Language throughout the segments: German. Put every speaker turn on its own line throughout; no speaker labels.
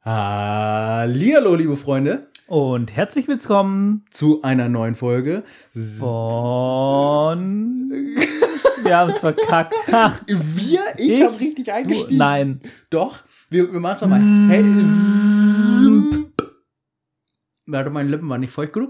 Hallihallo, liebe Freunde.
Und herzlich willkommen
zu einer neuen Folge
von... Wir haben es verkackt.
Ich habe richtig eingestiegen.
Nein.
Doch, wir machen es nochmal. Hey, warte, meine Lippen waren nicht feucht genug.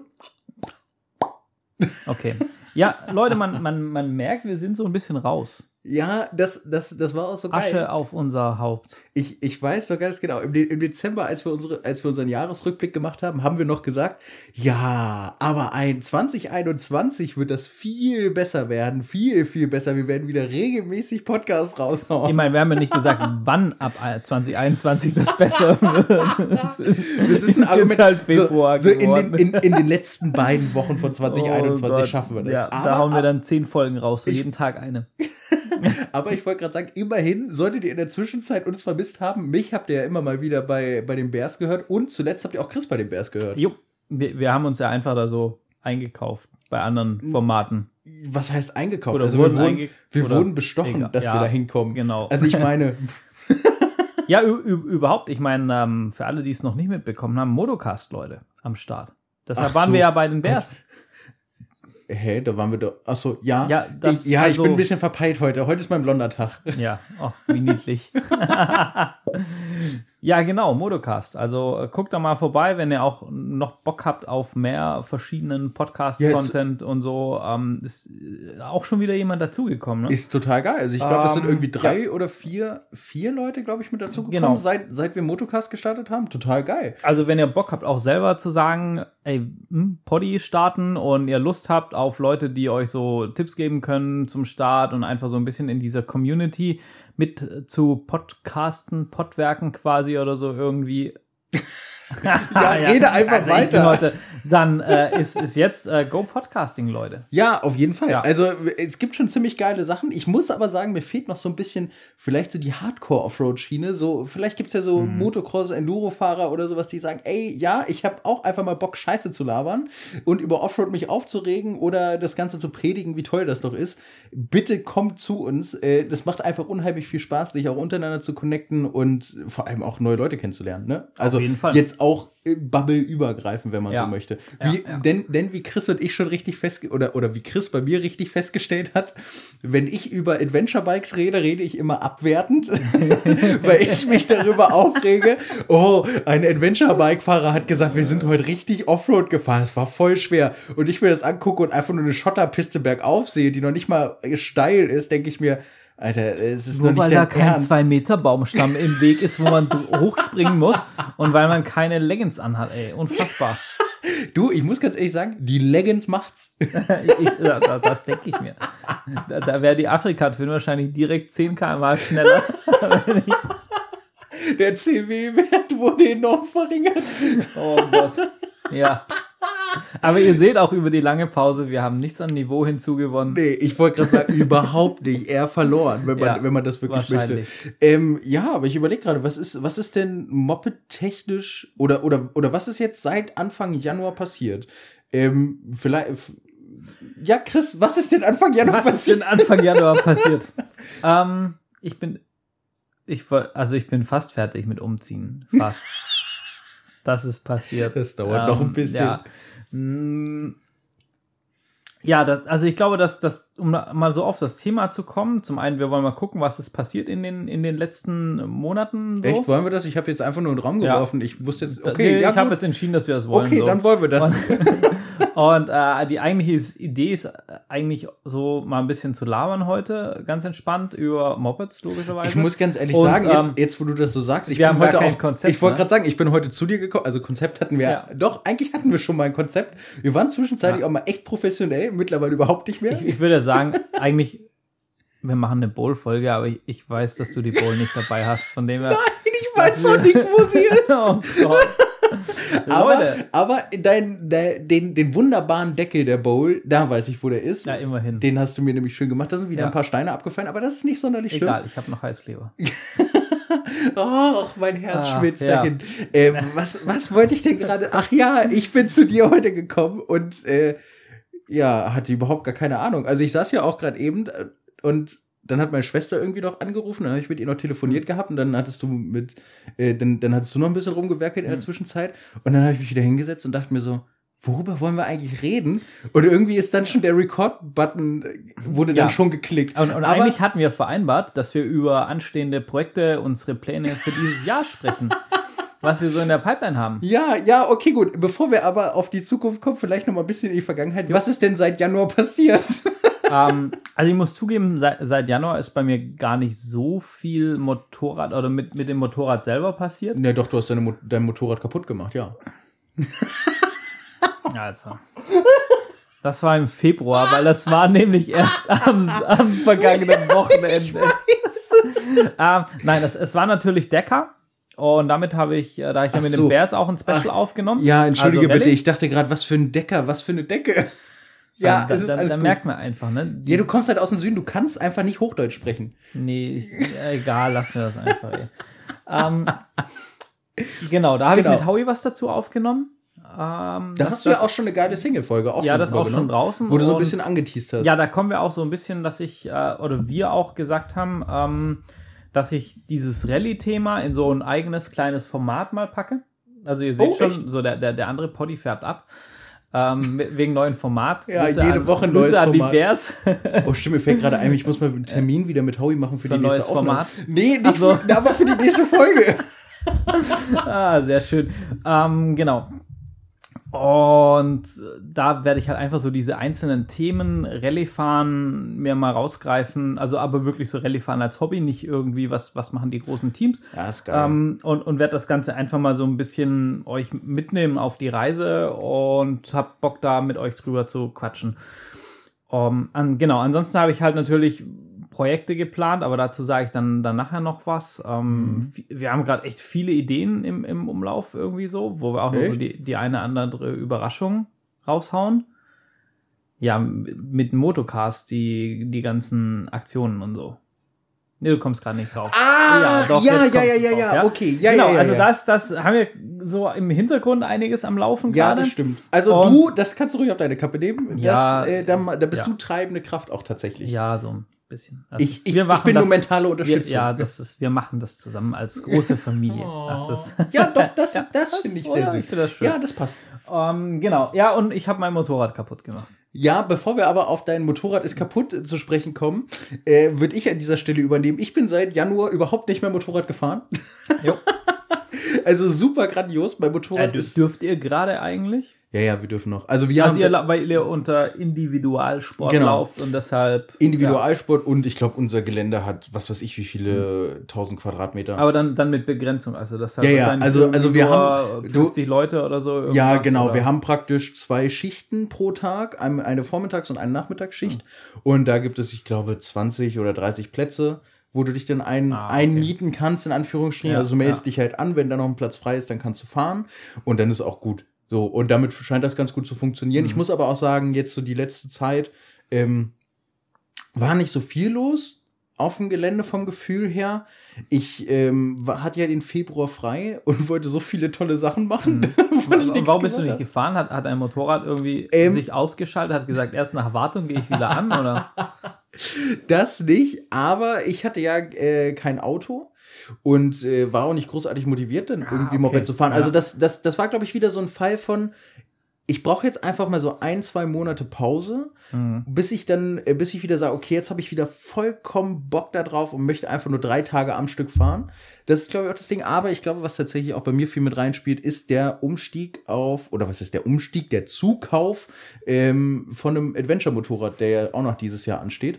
Okay. Ja, Leute, man merkt, wir sind so ein bisschen raus.
Ja, das war auch so geil.
Asche auf unser Haupt.
Ich weiß doch ganz genau, im Dezember, als wir unseren Jahresrückblick gemacht haben, haben wir noch gesagt, ja, aber 2021 wird das viel besser werden, viel, viel besser. Wir werden wieder regelmäßig Podcasts raushauen.
Ich meine, wir haben ja nicht gesagt, wann ab 2021 das besser wird.
Das ist ein Argument.
Halt Februar
so in den letzten beiden Wochen von 2021 schaffen wir das.
Ja,
aber,
da hauen wir dann 10 Folgen raus, für jeden Tag eine.
Aber ich wollte gerade sagen, immerhin solltet ihr in der Zwischenzeit uns vermisst haben. Mich habt ihr ja immer mal wieder bei den Bears gehört und zuletzt habt ihr auch Chris bei den Bears gehört.
Jo, wir haben uns ja einfach da so eingekauft bei anderen Formaten.
Was heißt eingekauft?
Oder
also wir wurden bestochen, dass wir da hinkommen.
Genau.
Also ich meine...
Ja, überhaupt. Ich meine, für alle, die es noch nicht mitbekommen haben, Motocast, Leute, am Start. Deshalb waren wir ja bei den Bears.
Hä, da waren wir doch. Achso, ja.
Ich
bin ein bisschen verpeilt heute. Heute ist mein blonder Tag.
Ja, wie niedlich. Ja, genau, Motocast. Also guckt da mal vorbei, wenn ihr auch noch Bock habt auf mehr verschiedenen Podcast-Content und so. Ist auch schon wieder jemand dazugekommen, ne?
Ist total geil. Also ich glaube, es sind irgendwie 3 oder 4 Leute, glaube ich, mit dazugekommen,
genau.
seit wir Motocast gestartet haben. Total geil.
Also wenn ihr Bock habt, auch selber zu sagen, ey, Poddy starten und ihr Lust habt auf Leute, die euch so Tipps geben können zum Start und einfach so ein bisschen in dieser Community mit zu Podcasten, Podwerken quasi oder so irgendwie.
Rede einfach weiter.
Dann ist jetzt Go Podcasting, Leute.
Ja, auf jeden Fall.
Ja.
Also es gibt schon ziemlich geile Sachen. Ich muss aber sagen, mir fehlt noch so ein bisschen vielleicht so die Hardcore-Offroad-Schiene. So, vielleicht gibt es ja so Motocross-Enduro-Fahrer oder sowas, die sagen, ey, ja, ich habe auch einfach mal Bock, Scheiße zu labern und über Offroad mich aufzuregen oder das Ganze zu predigen, wie toll das doch ist. Bitte kommt zu uns. Das macht einfach unheimlich viel Spaß, sich auch untereinander zu connecten und vor allem auch neue Leute kennenzulernen. Ne? Also
auf jeden Fall.
Jetzt auch Bubble übergreifen, wenn man so möchte. Denn wie Chris und ich schon richtig oder wie Chris bei mir richtig festgestellt hat, wenn ich über Adventure Bikes rede ich immer abwertend, weil ich mich darüber aufrege. Oh, ein Adventure Bike Fahrer hat gesagt, wir sind heute richtig Offroad gefahren, es war voll schwer. Und ich mir das angucke und einfach nur eine Schotterpiste bergauf sehe, die noch nicht mal steil ist, denke ich mir, Alter, es ist
nur
noch nicht
weil
dein
da kein
Ernst.
2-Meter-Baumstamm im Weg ist, wo man hochspringen muss und weil man keine Leggings anhat, ey, unfassbar.
Du, ich muss ganz ehrlich sagen, die Leggings macht's.
Das denke ich mir. Da wäre die Afrika-Twin wahrscheinlich direkt 10 km/h schneller.
Der CW-Wert wurde enorm verringert.
Oh Gott. Ja. Aber ihr seht auch über die lange Pause, wir haben nichts an Niveau hinzugewonnen.
Nee, ich wollte gerade sagen, überhaupt nicht. Eher verloren, wenn man das wirklich möchte. Ja, aber ich überlege gerade, was ist denn Moped-technisch oder was ist jetzt seit Anfang Januar passiert? Vielleicht. Ja, Chris, was ist denn Anfang Januar passiert?
Ich bin fast fertig mit Umziehen. Fast. Das ist passiert.
Das dauert noch ein bisschen.
Ja, also ich glaube, dass um mal so auf das Thema zu kommen, zum einen, wir wollen mal gucken, was ist passiert in den letzten Monaten. So.
Echt, wollen wir das? Ich habe jetzt einfach nur einen Raum geworfen. Ich wusste jetzt, okay,
ich habe jetzt entschieden, dass wir das wollen.
Okay, so. Dann wollen wir das.
Und die eigentliche Idee ist eigentlich so mal ein bisschen zu labern heute, ganz entspannt über Mopeds, logischerweise.
Ich muss ganz ehrlich sagen, jetzt wo du das so sagst, ich bin heute auch,
Konzept,
ich wollte gerade sagen, ich bin heute zu dir gekommen, also Konzept hatten wir, doch, eigentlich hatten wir schon mal ein Konzept. Wir waren zwischenzeitlich auch mal echt professionell, mittlerweile überhaupt nicht mehr.
Ich würde sagen, eigentlich, wir machen eine Bowl-Folge, aber ich weiß, dass du die Bowl nicht dabei hast, von dem her.
Nein, ich weiß noch nicht, wo sie ist.
Oh Gott.
aber den wunderbaren Deckel der Bowl, da weiß ich, wo der ist.
Ja, immerhin.
Den hast du mir nämlich schön gemacht. Da sind wieder ein paar Steine abgefallen, aber das ist nicht sonderlich schlimm.
Egal, ich habe noch Heißkleber.
Oh, mein Herz schwitzt dahin. Was wollte ich denn gerade? Ach ja, ich bin zu dir heute gekommen und hatte überhaupt gar keine Ahnung. Also ich saß ja auch gerade eben und dann hat meine Schwester irgendwie noch angerufen, dann habe ich mit ihr noch telefoniert gehabt und dann hattest du dann hattest du noch ein bisschen rumgewerkelt in der Zwischenzeit und dann habe ich mich wieder hingesetzt und dachte mir so, worüber wollen wir eigentlich reden? Und irgendwie ist dann schon der Record-Button, wurde dann schon geklickt.
Und eigentlich hatten wir vereinbart, dass wir über anstehende Projekte, unsere Pläne für dieses Jahr sprechen. Was wir so in der Pipeline haben.
Ja, okay, gut. Bevor wir aber auf die Zukunft kommen, vielleicht noch mal ein bisschen in die Vergangenheit. Was ist denn seit Januar passiert?
Also ich muss zugeben, seit Januar ist bei mir gar nicht so viel Motorrad oder mit dem Motorrad selber passiert.
Ne, doch, du hast dein Motorrad kaputt gemacht, ja.
Also. Das war im Februar, weil das war nämlich erst am vergangenen Wochenende. Nein, es war natürlich Decker. Und damit habe ich mit dem Bears auch ein Special aufgenommen.
Ja, entschuldige bitte, ich dachte gerade, was für ein Decker, was für eine Decke. Ja, es ist alles gut.
Da merkt man einfach, ne?
Ja, du kommst halt aus dem Süden, du kannst einfach nicht Hochdeutsch sprechen.
Nee, egal, lass mir das einfach, Genau, da habe ich mit Howie was dazu aufgenommen.
Da hast du ja auch schon eine geile Single-Folge.
Ja, das ist auch schon draußen.
Wo du so ein bisschen angeteased hast.
Ja, da kommen wir auch so ein bisschen, dass wir auch gesagt haben, dass ich dieses Rallye-Thema in so ein eigenes kleines Format mal packe. Also ihr seht schon, echt? So der andere Poddy färbt ab. Wegen neuen Format.
Ja, jede Woche ein neues Format.
Divers.
Oh, stimmt, mir fällt gerade ein, ich muss mal einen Termin wieder mit Howie machen für die nächste Aufnahme.
Format?
Nee, nicht aber für die nächste Folge.
Sehr schön. Genau. Und da werde ich halt einfach so diese einzelnen Themen, Rallye-Fahren, mir mal rausgreifen. Also aber wirklich so Rallye-Fahren als Hobby, nicht irgendwie, was machen die großen Teams.
Ja, ist geil.
Und werde das Ganze einfach mal so ein bisschen euch mitnehmen auf die Reise und hab Bock da mit euch drüber zu quatschen. Genau, ansonsten habe ich halt natürlich Projekte geplant, aber dazu sage ich dann nachher noch was. Wir haben gerade echt viele Ideen im Umlauf irgendwie so, wo wir auch noch so die eine andere Überraschung raushauen. Ja, mit Motocast, die ganzen Aktionen und so. Nee, du kommst gerade nicht drauf.
Ja, okay. Ja,
genau,
ja,
also das haben wir so im Hintergrund einiges am Laufen gerade.
Ja, das stimmt. Also das kannst du ruhig auf deine Kappe nehmen. Da bist du treibende Kraft auch tatsächlich.
Ja, so bisschen.
Ich bin nur mentale Unterstützung.
Wir machen das zusammen als große Familie.
Ja, doch, das finde ich sehr süß.
Ich finde das schön.
Ja, das passt.
Genau. Ja, und ich habe mein Motorrad kaputt gemacht.
Ja, bevor wir aber auf dein Motorrad ist kaputt zu sprechen kommen, würde ich an dieser Stelle übernehmen. Ich bin seit Januar überhaupt nicht mehr Motorrad gefahren.
Jo.
Also super grandios. Mein Motorrad ist...
Dürft ihr gerade eigentlich?
Ja, wir dürfen noch.
Also weil ihr unter Individualsport lauft und deshalb...
Individualsport und ich glaube, unser Gelände hat, was weiß ich, wie viele 1000 Quadratmeter.
Aber dann mit Begrenzung. Also das
heißt also wir haben
50 Leute oder so.
Ja, genau. Oder? Wir haben praktisch 2 Schichten pro Tag, eine Vormittags- und eine Nachmittagsschicht. Und da gibt es, ich glaube, 20 oder 30 Plätze, wo du dich dann einmieten kannst, in Anführungsstrichen. Ja, also du meldest dich halt an, wenn da noch ein Platz frei ist, dann kannst du fahren. Und dann ist auch gut. So, und damit scheint das ganz gut zu funktionieren. Ich muss aber auch sagen, jetzt so die letzte Zeit war nicht so viel los auf dem Gelände vom Gefühl her. Ich hatte ja den Februar frei und wollte so viele tolle Sachen machen.
Warum bist du nicht gefahren? Hat ein Motorrad irgendwie sich ausgeschaltet, hat gesagt, erst nach Wartung gehe ich wieder an, oder?
Das nicht, aber ich hatte ja kein Auto. Und war auch nicht großartig motiviert, dann irgendwie Moped zu fahren. Also das war, glaube ich, wieder so ein Fall von, ich brauche jetzt einfach mal so 1-2 Monate Pause, bis ich wieder sage, okay, jetzt habe ich wieder vollkommen Bock da drauf und möchte einfach nur 3 Tage am Stück fahren. Das ist, glaube ich, auch das Ding. Aber ich glaube, was tatsächlich auch bei mir viel mit reinspielt, ist der Umstieg der Zukauf von einem Adventure-Motorrad, der ja auch noch dieses Jahr ansteht.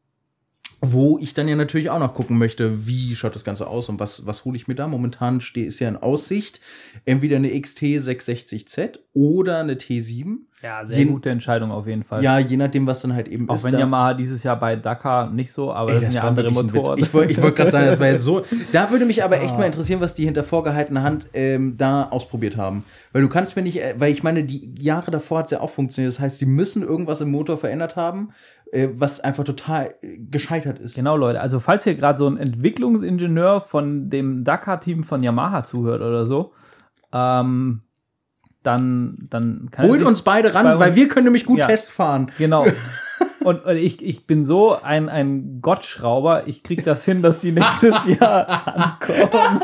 Wo ich dann ja natürlich auch noch gucken möchte, wie schaut das Ganze aus und was hole ich mir da? Momentan ist ja in Aussicht entweder eine XT 660Z oder eine T7.
Ja, sehr gute Entscheidung auf jeden Fall.
Ja, je nachdem, was dann halt eben
auch
ist.
Auch wenn Yamaha dieses Jahr bei Dakar nicht so, aber das sind ja andere Motoren.
Ich wollte gerade sagen, das war jetzt so. Da würde mich aber echt mal interessieren, was die hinter vorgehaltener Hand da ausprobiert haben. Weil du kannst mir nicht, weil ich meine, die Jahre davor hat es ja auch funktioniert. Das heißt, sie müssen irgendwas im Motor verändert haben, was einfach total gescheitert ist.
Genau, Leute. Also falls hier gerade so ein Entwicklungsingenieur von dem Dakar-Team von Yamaha zuhört oder so, dann kann
holt uns beide ran, weil wir können nämlich gut Test fahren.
Genau. Und ich bin so ein Gottschrauber, ich krieg das hin, dass die nächstes Jahr ankommen.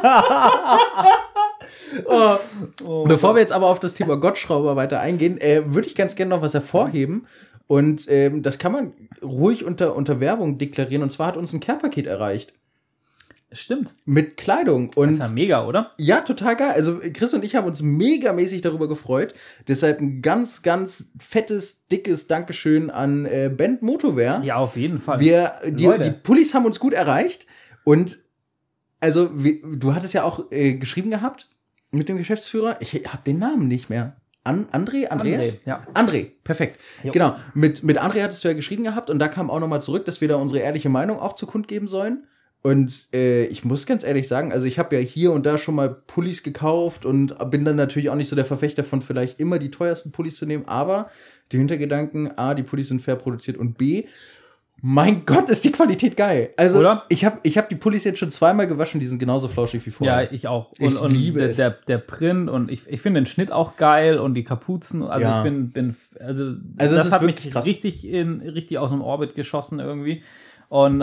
Bevor wir jetzt aber auf das Thema Gottschrauber weiter eingehen, würde ich ganz gerne noch was hervorheben. Und das kann man ruhig unter Werbung deklarieren. Und zwar hat uns ein Care-Paket erreicht.
Stimmt.
Mit Kleidung. Und
das ist ja mega, oder?
Ja, total geil. Also Chris und ich haben uns megamäßig darüber gefreut. Deshalb ein ganz, ganz fettes, dickes Dankeschön an Bend Motowear.
Ja, auf jeden Fall.
Die Pullis haben uns gut erreicht. Und also, du hattest ja auch geschrieben gehabt mit dem Geschäftsführer. Ich habe den Namen nicht mehr. Andreas?
André, ja.
André, perfekt.
Jo.
Genau, mit André hattest du ja geschrieben gehabt und da kam auch nochmal zurück, dass wir da unsere ehrliche Meinung auch zu kundgeben sollen. Und ich muss ganz ehrlich sagen, also ich habe ja hier und da schon mal Pullis gekauft und bin dann natürlich auch nicht so der Verfechter von vielleicht immer die teuersten Pullis zu nehmen, aber die Hintergedanken, A, die Pullis sind fair produziert und B, mein Gott, ist die Qualität geil. Also
oder?
Ich hab die Pullis jetzt schon zweimal gewaschen, die sind genauso flauschig wie vorher.
Ja, ich auch.
Ich liebe es.
Der Print und ich finde den Schnitt auch geil und die Kapuzen. Also
ja.
Also
das
hat mich krass. richtig aus dem Orbit geschossen irgendwie. Und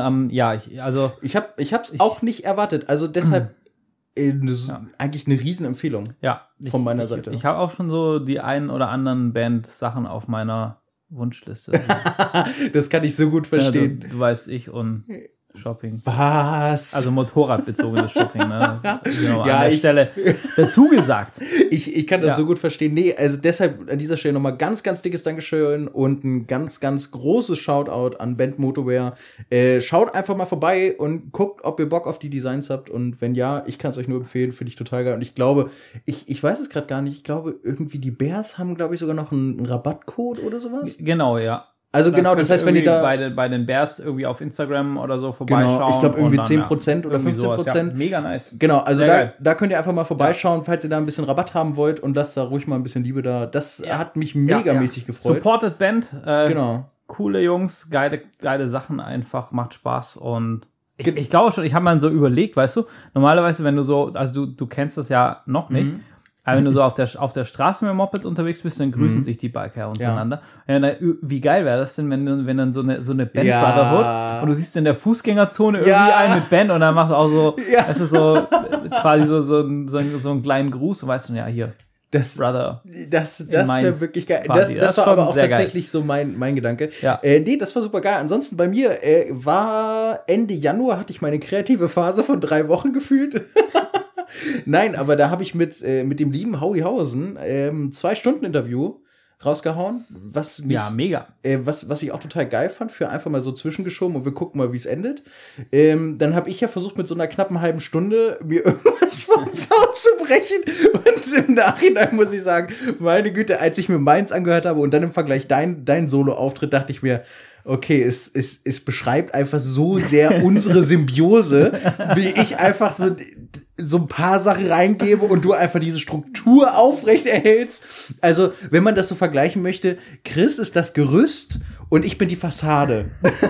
ich hab's auch nicht erwartet. Also deshalb eigentlich eine Riesenempfehlung von meiner Seite. Ich habe auch schon so die einen oder anderen Band-Sachen auf meiner Wunschliste.
Das kann ich so gut verstehen.
Ja, du weißt, ich und Shopping.
Was?
Also motorradbezogenes Shopping, ne? Das ist an der Stelle dazu gesagt.
Ich kann das so gut verstehen. Nee, also deshalb an dieser Stelle nochmal ganz, ganz dickes Dankeschön und ein ganz, ganz großes Shoutout an Bend Motowear. Schaut einfach mal vorbei und guckt, ob ihr Bock auf die Designs habt. Und wenn ja, ich kann es euch nur empfehlen, finde ich total geil. Und ich glaube, ich weiß es gerade gar nicht, ich glaube, irgendwie die Bears haben, glaube ich, sogar noch einen Rabattcode oder sowas.
Genau, ja.
Also genau, das heißt, wenn ihr da
bei den Bears irgendwie auf Instagram oder so vorbeischauen.
Genau, ich glaube irgendwie 10% oder 15%.
Sowas, ja. Mega nice.
Genau, also da könnt ihr einfach mal vorbeischauen, falls ihr da ein bisschen Rabatt haben wollt und lasst da ruhig mal ein bisschen Liebe da. Das hat mich megamäßig gefreut.
Supported Band.
Genau.
Coole Jungs, geile Sachen einfach, macht Spaß und ich glaube schon, ich habe mal so überlegt, weißt du, normalerweise, wenn du so, also du kennst das ja noch nicht, aber wenn du so auf der Straße mit dem Moped unterwegs bist, dann grüßen sich die Biker untereinander. Ja, wie geil wäre das denn, wenn dann so eine Band Brotherhood und du siehst in der Fußgängerzone irgendwie einen mit Band und dann machst du auch so, das ist so quasi so einen kleinen Gruß und weißt du, ja, hier.
Das wäre wirklich geil. Das war aber auch tatsächlich so mein Gedanke.
Ja.
Nee, das war super geil. Ansonsten bei mir war Ende Januar, hatte ich meine kreative Phase von 3 Wochen gefühlt. Nein, aber da habe ich mit dem lieben Howie Hausen 2-Stunden-Interview rausgehauen.
Mega.
Was ich auch total geil fand, für einfach mal so zwischengeschoben und wir gucken mal, wie es endet. Dann habe ich ja versucht, mit so einer knappen halben Stunde mir irgendwas vom Zaun zu brechen. Und im Nachhinein muss ich sagen, meine Güte, als ich mir meins angehört habe und dann im Vergleich dein Solo-Auftritt, dachte ich mir, okay, es beschreibt einfach so sehr unsere Symbiose, wie ich einfach so ein paar Sachen reingebe und du einfach diese Struktur aufrecht erhältst. Also, wenn man das so vergleichen möchte, Chris ist das Gerüst und ich bin die Fassade.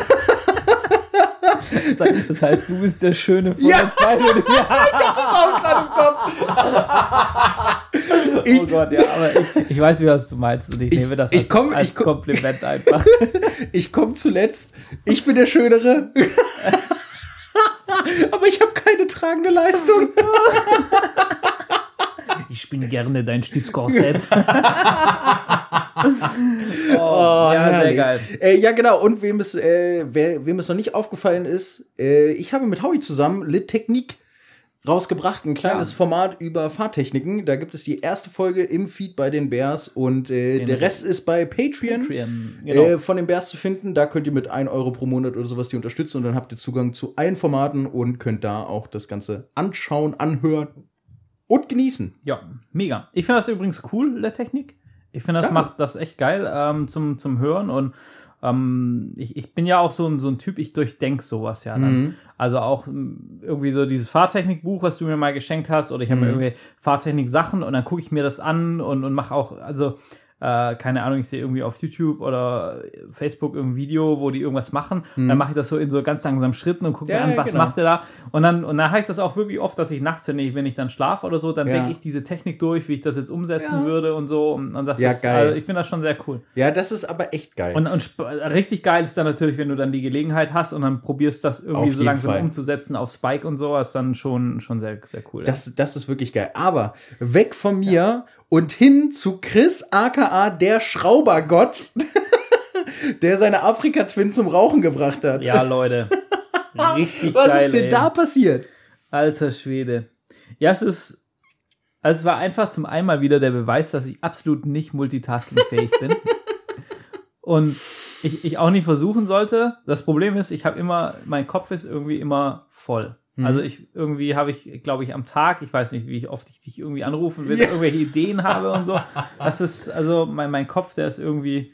Das heißt, du bist der Schöne von
der Zeile. Ich hab das auch gerade im Kopf.
Oh Gott, ja, aber ich weiß, wie was du meinst und ich nehme das als Kompliment einfach. Ich
komme zuletzt. Ich bin der Schönere. Aber ich habe keine tragende Leistung.
Ich bin gerne dein Stützkorsett.
Sehr geil. Ja, genau. Und wem es noch nicht aufgefallen ist, ich habe mit Howie zusammen Lit Technik rausgebracht, ein kleines Format über Fahrtechniken. Da gibt es die erste Folge im Feed bei den Bears und der Rest ist bei Patreon genau. Von den Bears zu finden. Da könnt ihr mit 1 Euro pro Monat oder sowas die unterstützen und dann habt ihr Zugang zu allen Formaten und könnt da auch das Ganze anschauen, anhören und genießen.
Ja, mega. Ich finde das übrigens cool, der Technik. Ich finde, das macht das echt geil zum Hören und ich bin ja auch so ein Typ, ich durchdenke sowas ja dann. Also auch irgendwie so dieses Fahrtechnikbuch, was du mir mal geschenkt hast, oder ich habe mir irgendwie Fahrtechnik-Sachen und dann gucke ich mir das an und mache auch, also keine Ahnung, ich sehe irgendwie auf YouTube oder Facebook irgendein Video, wo die irgendwas machen. Dann mache ich das so in so ganz langsamen Schritten und gucke mir an, was macht der da. Und dann habe ich das auch wirklich oft, dass ich nachts, wenn ich dann schlafe oder so, dann denke ich diese Technik durch, wie ich das jetzt umsetzen würde und so. Und das ist geil. Also ich finde das schon sehr cool.
Ja, das ist aber echt geil.
Und richtig geil ist dann natürlich, wenn du dann die Gelegenheit hast und dann probierst, das irgendwie so langsam umzusetzen auf Spike und so, ist dann schon sehr, sehr cool.
Das ist wirklich geil. Aber weg von mir und hin zu Chris, aka der Schraubergott, der seine Afrika-Twin zum Rauchen gebracht hat.
Ja, Leute. Richtig
Was
geil,
ist denn da passiert?
Alter Schwede. Ja, es war einfach zum einen mal wieder der Beweis, dass ich absolut nicht multitaskingfähig bin. Und ich auch nicht versuchen sollte. Das Problem ist, mein Kopf ist irgendwie immer voll. Also habe ich, glaube ich, am Tag, ich weiß nicht, wie oft ich dich irgendwie anrufen will, irgendwelche Ideen habe und so. Das ist, also mein Kopf, der ist irgendwie,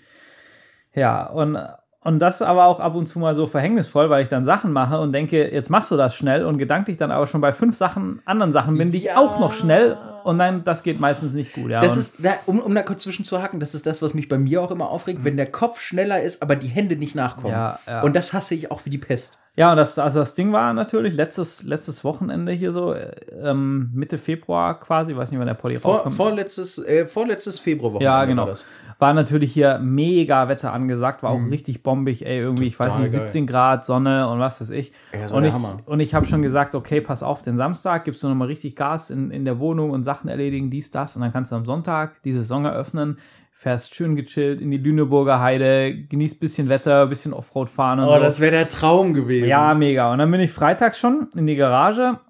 und das aber auch ab und zu mal so verhängnisvoll, weil ich dann Sachen mache und denke, jetzt machst du das schnell und gedanklich dann aber schon bei 5 anderen Sachen bin, die ich auch noch schnell, und nein, das geht meistens nicht gut. Ja.
Das ist, um da kurz zwischenzuhacken, das ist das, was mich bei mir auch immer aufregt, wenn der Kopf schneller ist, aber die Hände nicht nachkommen.
Ja.
Und das hasse ich auch wie die Pest.
Ja, und das Ding war natürlich letztes Wochenende hier so, Mitte Februar quasi, weiß nicht, wann der Poddy rauskommt.
Vorletztes Februarwochenende.
Ja, genau. War natürlich hier mega Wetter angesagt, war auch richtig bombig, irgendwie, ich weiß nicht, 17 Grad, Sonne und was weiß ich.
Ja, so der Hammer.
Und ich habe schon gesagt, okay, pass auf, den Samstag gibst du nochmal richtig Gas in der Wohnung und Sachen erledigen, dies, das, und dann kannst du am Sonntag die Saison eröffnen, fährst schön gechillt in die Lüneburger Heide, genießt ein bisschen Wetter, ein bisschen Offroad fahren und so.
Das wäre der Traum gewesen.
Ja, mega. Und dann bin ich freitags schon in die Garage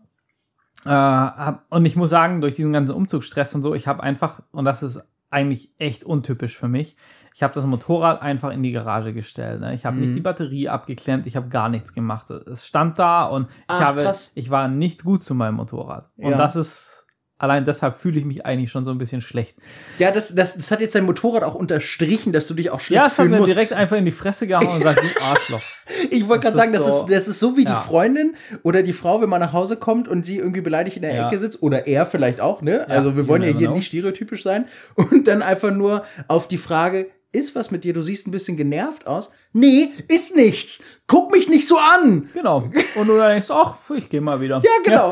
und ich muss sagen, durch diesen ganzen Umzugsstress und so, ich habe einfach, und das ist eigentlich echt untypisch für mich, ich habe das Motorrad einfach in die Garage gestellt. Ne? Ich habe nicht die Batterie abgeklemmt, ich habe gar nichts gemacht. Es stand da und ich war nicht gut zu meinem Motorrad. Und das ist... Allein deshalb fühle ich mich eigentlich schon so ein bisschen schlecht.
Ja, das hat jetzt dein Motorrad auch unterstrichen, dass du dich auch schlecht fühlen musst.
Ja, es hat mir direkt einfach in die Fresse gehauen und gesagt, du Arschloch.
Ich wollte gerade sagen, das ist so wie die Freundin oder die Frau, wenn man nach Hause kommt und sie irgendwie beleidigt in der Ecke sitzt. Oder er vielleicht auch, ne? Also wir wollen ja hier nicht stereotypisch sein. Und dann einfach nur auf die Frage, ist was mit dir? Du siehst ein bisschen genervt aus. Nee, ist nichts. Guck mich nicht so an.
Genau. Und du denkst, ach, ich gehe mal wieder.
Ja, genau.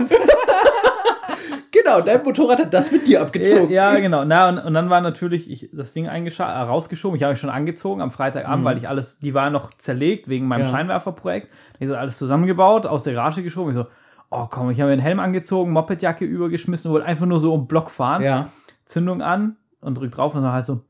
Genau, dein Motorrad hat das mit dir abgezogen.
Ja, genau. Und dann war natürlich das Ding rausgeschoben. Ich habe mich schon angezogen am Freitagabend, weil die war noch zerlegt wegen meinem Scheinwerferprojekt. Ich habe alles zusammengebaut, aus der Garage geschoben. Ich so, oh komm, ich habe mir den Helm angezogen, Mopedjacke übergeschmissen, wollte einfach nur so um Block fahren.
Ja.
Zündung an und drück drauf und dann halt so.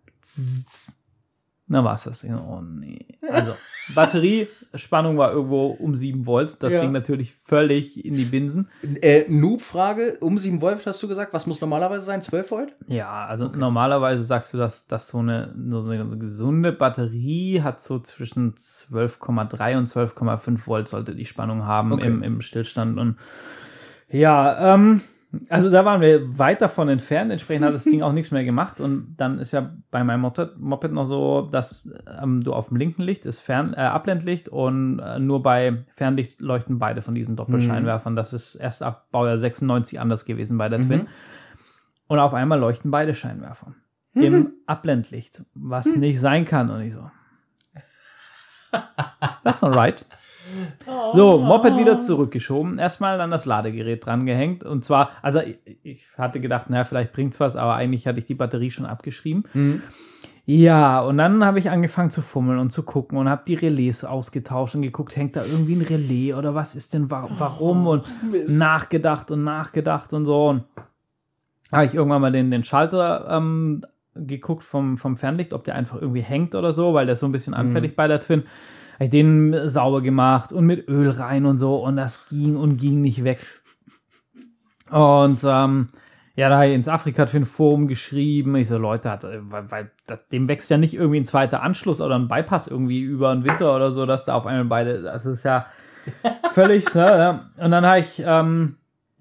Na, war es das. Oh nee. Also, Batteriespannung war irgendwo um 7 Volt. Das ging natürlich völlig in die Binsen.
Noob-Frage, um 7 Volt hast du gesagt. Was muss normalerweise sein? 12 Volt?
Ja, also normalerweise sagst du, dass so eine gesunde Batterie hat so zwischen 12,3 und 12,5 Volt sollte die Spannung haben im Stillstand. Und ja, also da waren wir weit davon entfernt, entsprechend hat das Ding auch nichts mehr gemacht, und dann ist ja bei meinem Moped noch so, dass du auf dem linken Licht ist Abblendlicht und nur bei Fernlicht leuchten beide von diesen Doppelscheinwerfern. Das ist erst ab Baujahr 96 anders gewesen bei der Twin. Und auf einmal leuchten beide Scheinwerfer im Abblendlicht, was nicht sein kann. Und ich so, that's not right. So, Moped wieder zurückgeschoben. Erstmal dann das Ladegerät dran gehängt. Und zwar, also ich hatte gedacht, naja, vielleicht bringt's was, aber eigentlich hatte ich die Batterie schon abgeschrieben. Ja, und dann habe ich angefangen zu fummeln und zu gucken und habe die Relais ausgetauscht und geguckt, hängt da irgendwie ein Relais oder was ist denn, warum? Und nachgedacht und so. Und habe ich irgendwann mal den Schalter geguckt vom Fernlicht, ob der einfach irgendwie hängt oder so, weil der ist so ein bisschen anfällig bei der Twin. Habe ich den sauber gemacht und mit Öl rein und so, und das ging nicht weg. Und da habe ich ins Afrika-Twin-Forum geschrieben. Ich so, Leute, weil dem wächst ja nicht irgendwie ein zweiter Anschluss oder ein Bypass irgendwie über den Winter oder so, dass da auf einmal beide, das ist ja völlig, ne? Und dann habe ich, dann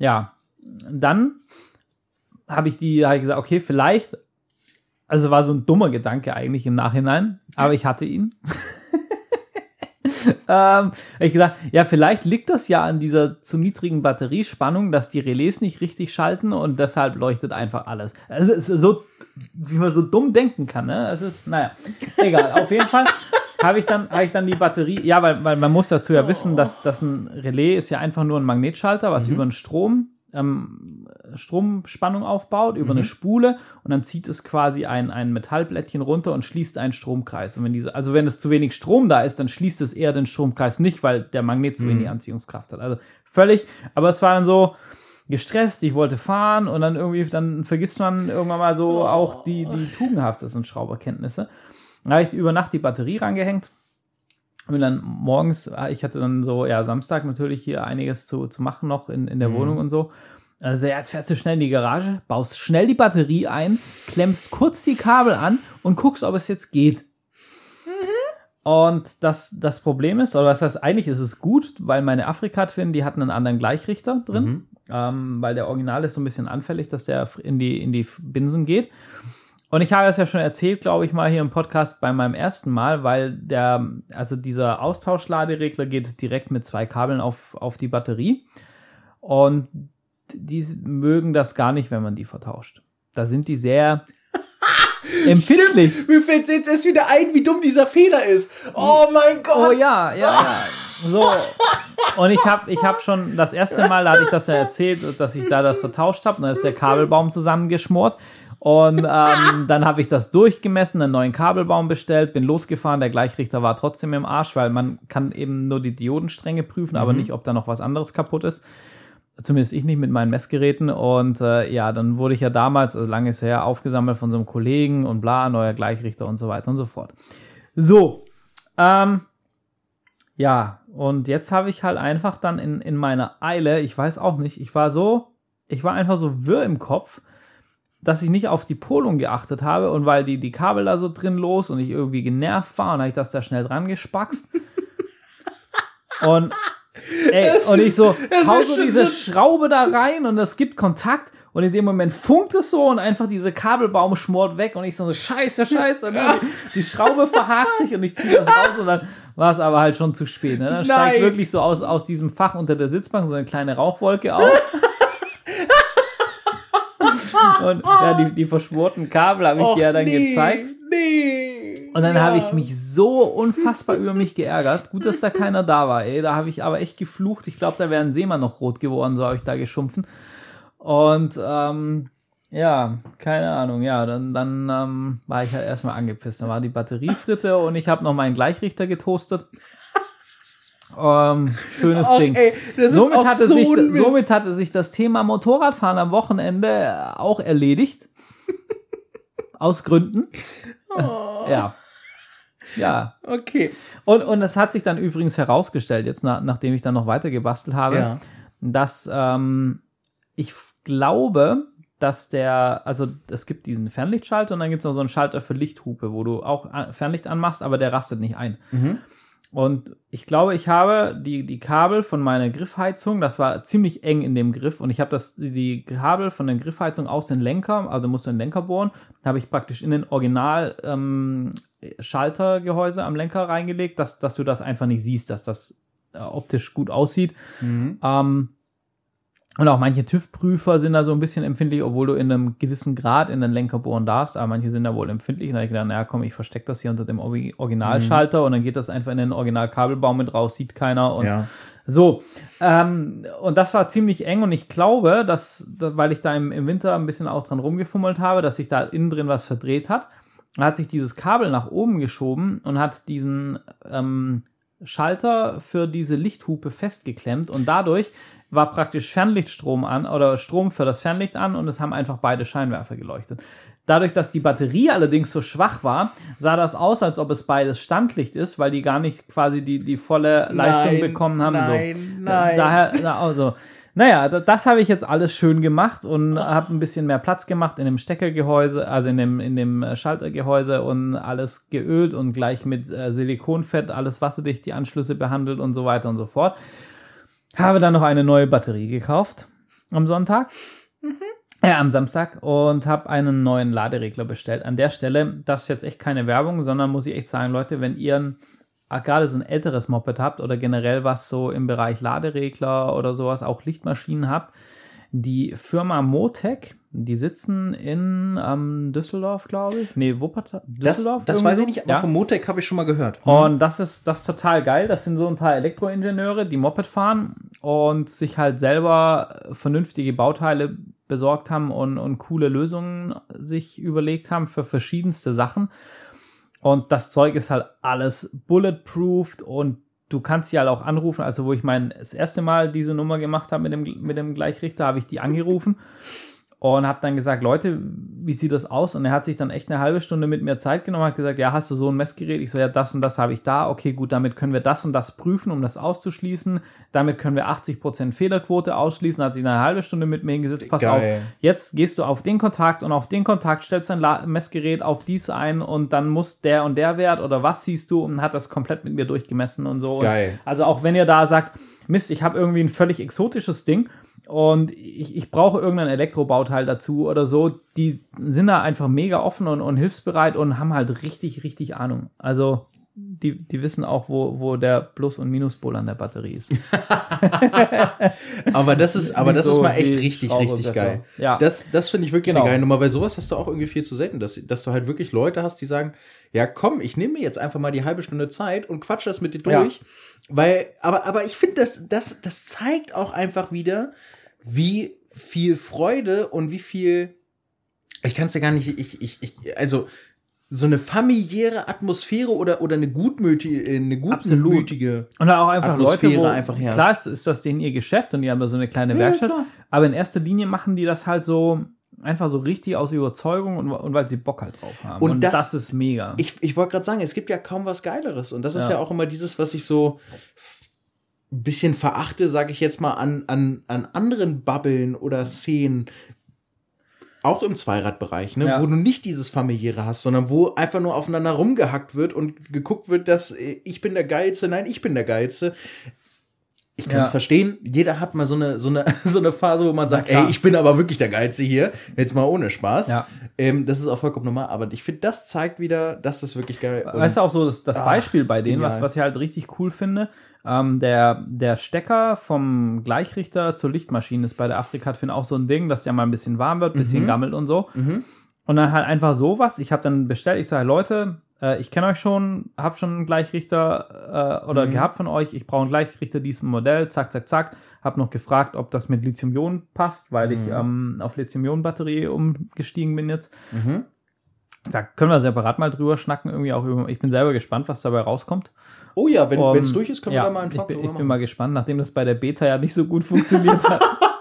habe ich gesagt, okay, vielleicht, also war so ein dummer Gedanke eigentlich im Nachhinein, aber ich hatte ihn. Ich gesagt, ja, vielleicht liegt das ja an dieser zu niedrigen Batteriespannung, dass die Relais nicht richtig schalten und deshalb leuchtet einfach alles. Also es ist so, wie man so dumm denken kann, ne? Es ist, naja, egal. Auf jeden Fall habe ich dann die Batterie, ja, weil man muss dazu ja wissen, dass ein Relais ist ja einfach nur ein Magnetschalter, was über einen Stromspannung aufbaut, über eine Spule und dann zieht es quasi ein Metallblättchen runter und schließt einen Stromkreis. Und wenn es zu wenig Strom da ist, dann schließt es eher den Stromkreis nicht, weil der Magnet zu wenig Anziehungskraft hat. Also völlig, aber es war dann so gestresst, ich wollte fahren und dann vergisst man irgendwann mal so auch die tugendhaftesten Schrauberkenntnisse. Da habe ich über Nacht die Batterie rangehängt und dann morgens, ich hatte dann so, ja, Samstag natürlich hier einiges zu machen noch in der Wohnung und so. Also jetzt fährst du schnell in die Garage, baust schnell die Batterie ein, klemmst kurz die Kabel an und guckst, ob es jetzt geht. Und das Problem ist, oder was heißt, eigentlich ist es gut, weil meine Afrika-Twin, die hatten einen anderen Gleichrichter drin, weil der Original ist so ein bisschen anfällig, dass der in die Binsen geht. Und ich habe es ja schon erzählt, glaube ich, mal hier im Podcast bei meinem ersten Mal, weil dieser Austauschladeregler geht direkt mit 2 Kabeln auf die Batterie. Und die mögen das gar nicht, wenn man die vertauscht. Da sind die sehr empfindlich.
Stimmt. Mir fällt jetzt erst wieder ein, wie dumm dieser Fehler ist. Oh mein Gott.
Oh ja. So. Und ich hab schon das erste Mal, da hatte ich das ja erzählt, dass ich da das vertauscht habe. Dann ist der Kabelbaum zusammengeschmort. Und dann habe ich das durchgemessen, einen neuen Kabelbaum bestellt, bin losgefahren. Der Gleichrichter war trotzdem im Arsch, weil man kann eben nur die Diodenstränge prüfen, aber nicht, ob da noch was anderes kaputt ist. Zumindest ich nicht mit meinen Messgeräten. Und dann wurde ich ja damals, also lange ist her, aufgesammelt von so einem Kollegen und bla, neuer Gleichrichter und so weiter und so fort. So, und jetzt habe ich halt einfach dann in meiner Eile, ich weiß auch nicht, ich war einfach so wirr im Kopf, dass ich nicht auf die Polung geachtet habe und weil die Kabel da so drin los und ich irgendwie genervt war und habe ich das da schnell dran gespackst. Und ich so, hau so diese Schraube da rein und es gibt Kontakt und in dem Moment funkt es so und einfach diese Kabelbaum schmort weg und ich so, scheiße. Und die Schraube verhakt sich und ich ziehe das raus und dann war es aber halt schon zu spät. Ne? Dann steigt wirklich so aus diesem Fach unter der Sitzbank so eine kleine Rauchwolke auf. Und ja, die verschworten Kabel habe ich dir ja dann gezeigt. Und dann habe ich mich so unfassbar über mich geärgert. Gut, dass da keiner da war, ey. Da habe ich aber echt geflucht. Ich glaube, da wäre ein Seemann noch rot geworden, so habe ich da geschumpfen. Und keine Ahnung. Ja, dann war ich halt erstmal angepisst. Dann war die Batterie fritte und ich habe noch meinen Gleichrichter getoastet. Schönes Ding. Ey, somit hatte sich das Thema Motorradfahren am Wochenende auch erledigt. Aus Gründen. Ja. Okay. Und es hat sich dann übrigens herausgestellt, jetzt nachdem ich dann noch weiter gebastelt habe, dass ich glaube, dass es gibt diesen Fernlichtschalter und dann gibt es noch so einen Schalter für Lichthupe, wo du auch Fernlicht anmachst, aber der rastet nicht ein. Und ich glaube, ich habe die Kabel von meiner Griffheizung, das war ziemlich eng in dem Griff, und ich habe die Kabel von der Griffheizung aus den Lenker, also musst du den Lenker bohren, habe ich praktisch in den Original Schaltergehäuse am Lenker reingelegt, dass du das einfach nicht siehst, dass das optisch gut aussieht. Und auch manche TÜV-Prüfer sind da so ein bisschen empfindlich, obwohl du in einem gewissen Grad in den Lenker bohren darfst, aber manche sind da wohl empfindlich. Und da habe ich gedacht, naja, komm, ich verstecke das hier unter dem Originalschalter und dann geht das einfach in den Originalkabelbaum mit raus, sieht keiner. Und so. Und das war ziemlich eng und ich glaube, weil ich da im Winter ein bisschen auch dran rumgefummelt habe, dass sich da innen drin was verdreht hat, hat sich dieses Kabel nach oben geschoben und hat diesen Schalter für diese Lichthupe festgeklemmt und dadurch war praktisch Fernlichtstrom an oder Strom für das Fernlicht an und es haben einfach beide Scheinwerfer geleuchtet. Dadurch, dass die Batterie allerdings so schwach war, sah das aus, als ob es beides Standlicht ist, weil die gar nicht quasi die volle Leistung bekommen haben. Nein. Daher, also, naja, das habe ich jetzt alles schön gemacht und habe ein bisschen mehr Platz gemacht in dem Steckergehäuse, also in dem Schaltergehäuse und alles geölt und gleich mit Silikonfett alles wasserdicht, die Anschlüsse behandelt und so weiter und so fort. Habe dann noch eine neue Batterie gekauft am Sonntag, am Samstag und habe einen neuen Laderegler bestellt. An der Stelle, das ist jetzt echt keine Werbung, sondern muss ich echt sagen, Leute, wenn ihr gerade so ein älteres Moped habt oder generell was so im Bereich Laderegler oder sowas, auch Lichtmaschinen habt, die Firma Motec, die sitzen in Düsseldorf, glaube ich. Nee, Wuppertal?
Düsseldorf? Das weiß ich nicht, aber von Motec habe ich schon mal gehört.
Und das ist total geil. Das sind so ein paar Elektroingenieure, die Moped fahren und sich halt selber vernünftige Bauteile besorgt haben und coole Lösungen sich überlegt haben für verschiedenste Sachen. Und das Zeug ist halt alles bulletproofed und du kannst sie halt auch anrufen. Also wo ich das erste Mal diese Nummer gemacht habe mit dem Gleichrichter, habe ich die angerufen und habe dann gesagt, Leute, wie sieht das aus? Und er hat sich dann echt eine halbe Stunde mit mir Zeit genommen, hat gesagt, ja, hast du so ein Messgerät? Ich so, ja, das und das habe ich da. Okay, gut, damit können wir das und das prüfen, um das auszuschließen. Damit können wir 80% Fehlerquote ausschließen. Hat sich eine halbe Stunde mit mir hingesetzt. Pass auf, jetzt gehst du auf den Kontakt und auf den Kontakt stellst dein Messgerät auf dies ein und dann muss der und der Wert oder was siehst du und hat das komplett mit mir durchgemessen und so.
Geil.
Und also auch wenn ihr da sagt, Mist, ich habe irgendwie ein völlig exotisches Ding, und ich brauche irgendein Elektrobauteil dazu oder so, die sind da einfach mega offen und hilfsbereit und haben halt richtig, richtig Ahnung. Also die wissen auch, wo der Plus- und Minuspol an der Batterie ist.
aber das ist mal echt richtig, richtig geil.
Ja.
Das finde ich wirklich eine geile Nummer, weil sowas hast du auch irgendwie viel zu selten, dass du halt wirklich Leute hast, die sagen, ja komm, ich nehme mir jetzt einfach mal die halbe Stunde Zeit und quatsch das mit dir durch. Ja. Weil, aber ich finde, das zeigt auch einfach wieder, wie viel Freude und wie viel, ich kann es ja gar nicht, also so eine familiäre Atmosphäre oder eine gutmütige
und auch einfach
Atmosphäre
Leute,
einfach herrscht.
Klar ist das denen ihr Geschäft und die haben da so eine kleine Werkstatt, aber in erster Linie machen die das halt so einfach so richtig aus Überzeugung und weil sie Bock halt drauf haben. Und das ist mega.
Ich wollte gerade sagen, es gibt ja kaum was Geileres und das ist ja auch immer dieses, was ich so ein bisschen verachte, sage ich jetzt mal, an anderen Bubbeln oder Szenen, auch im Zweiradbereich, ne, wo du nicht dieses Familiäre hast, sondern wo einfach nur aufeinander rumgehackt wird und geguckt wird, dass ich bin der Geilste, nein, ich bin der Geilste. Ich kann es verstehen, jeder hat mal so eine Phase, wo man sagt, ey, ich bin aber wirklich der Geilste hier, jetzt mal ohne Spaß. Ja. Das ist auch vollkommen normal, aber ich finde, das zeigt wieder, das ist wirklich geil.
Weißt du auch so, das Beispiel bei denen, was ich halt richtig cool finde, der Stecker vom Gleichrichter zur Lichtmaschine ist bei der Afrikat auch so ein Ding, dass der mal ein bisschen warm wird, ein bisschen gammelt und so. Und dann halt einfach sowas. Ich habe dann bestellt, ich sage, Leute, ich kenne euch schon, habe schon einen Gleichrichter oder gehabt von euch, ich brauche einen Gleichrichter diesem Modell, zack, zack, zack. Habe noch gefragt, ob das mit Lithium-Ionen passt, weil ich auf Lithium-Ionen-Batterie umgestiegen bin jetzt. Da können wir separat mal drüber schnacken, irgendwie auch über. Ich bin selber gespannt, was dabei rauskommt.
Oh ja, wenn es durch ist, können wir da mal einen Talk drüber machen.
Ich bin mal gespannt, nachdem das bei der Beta ja nicht so gut funktioniert hat.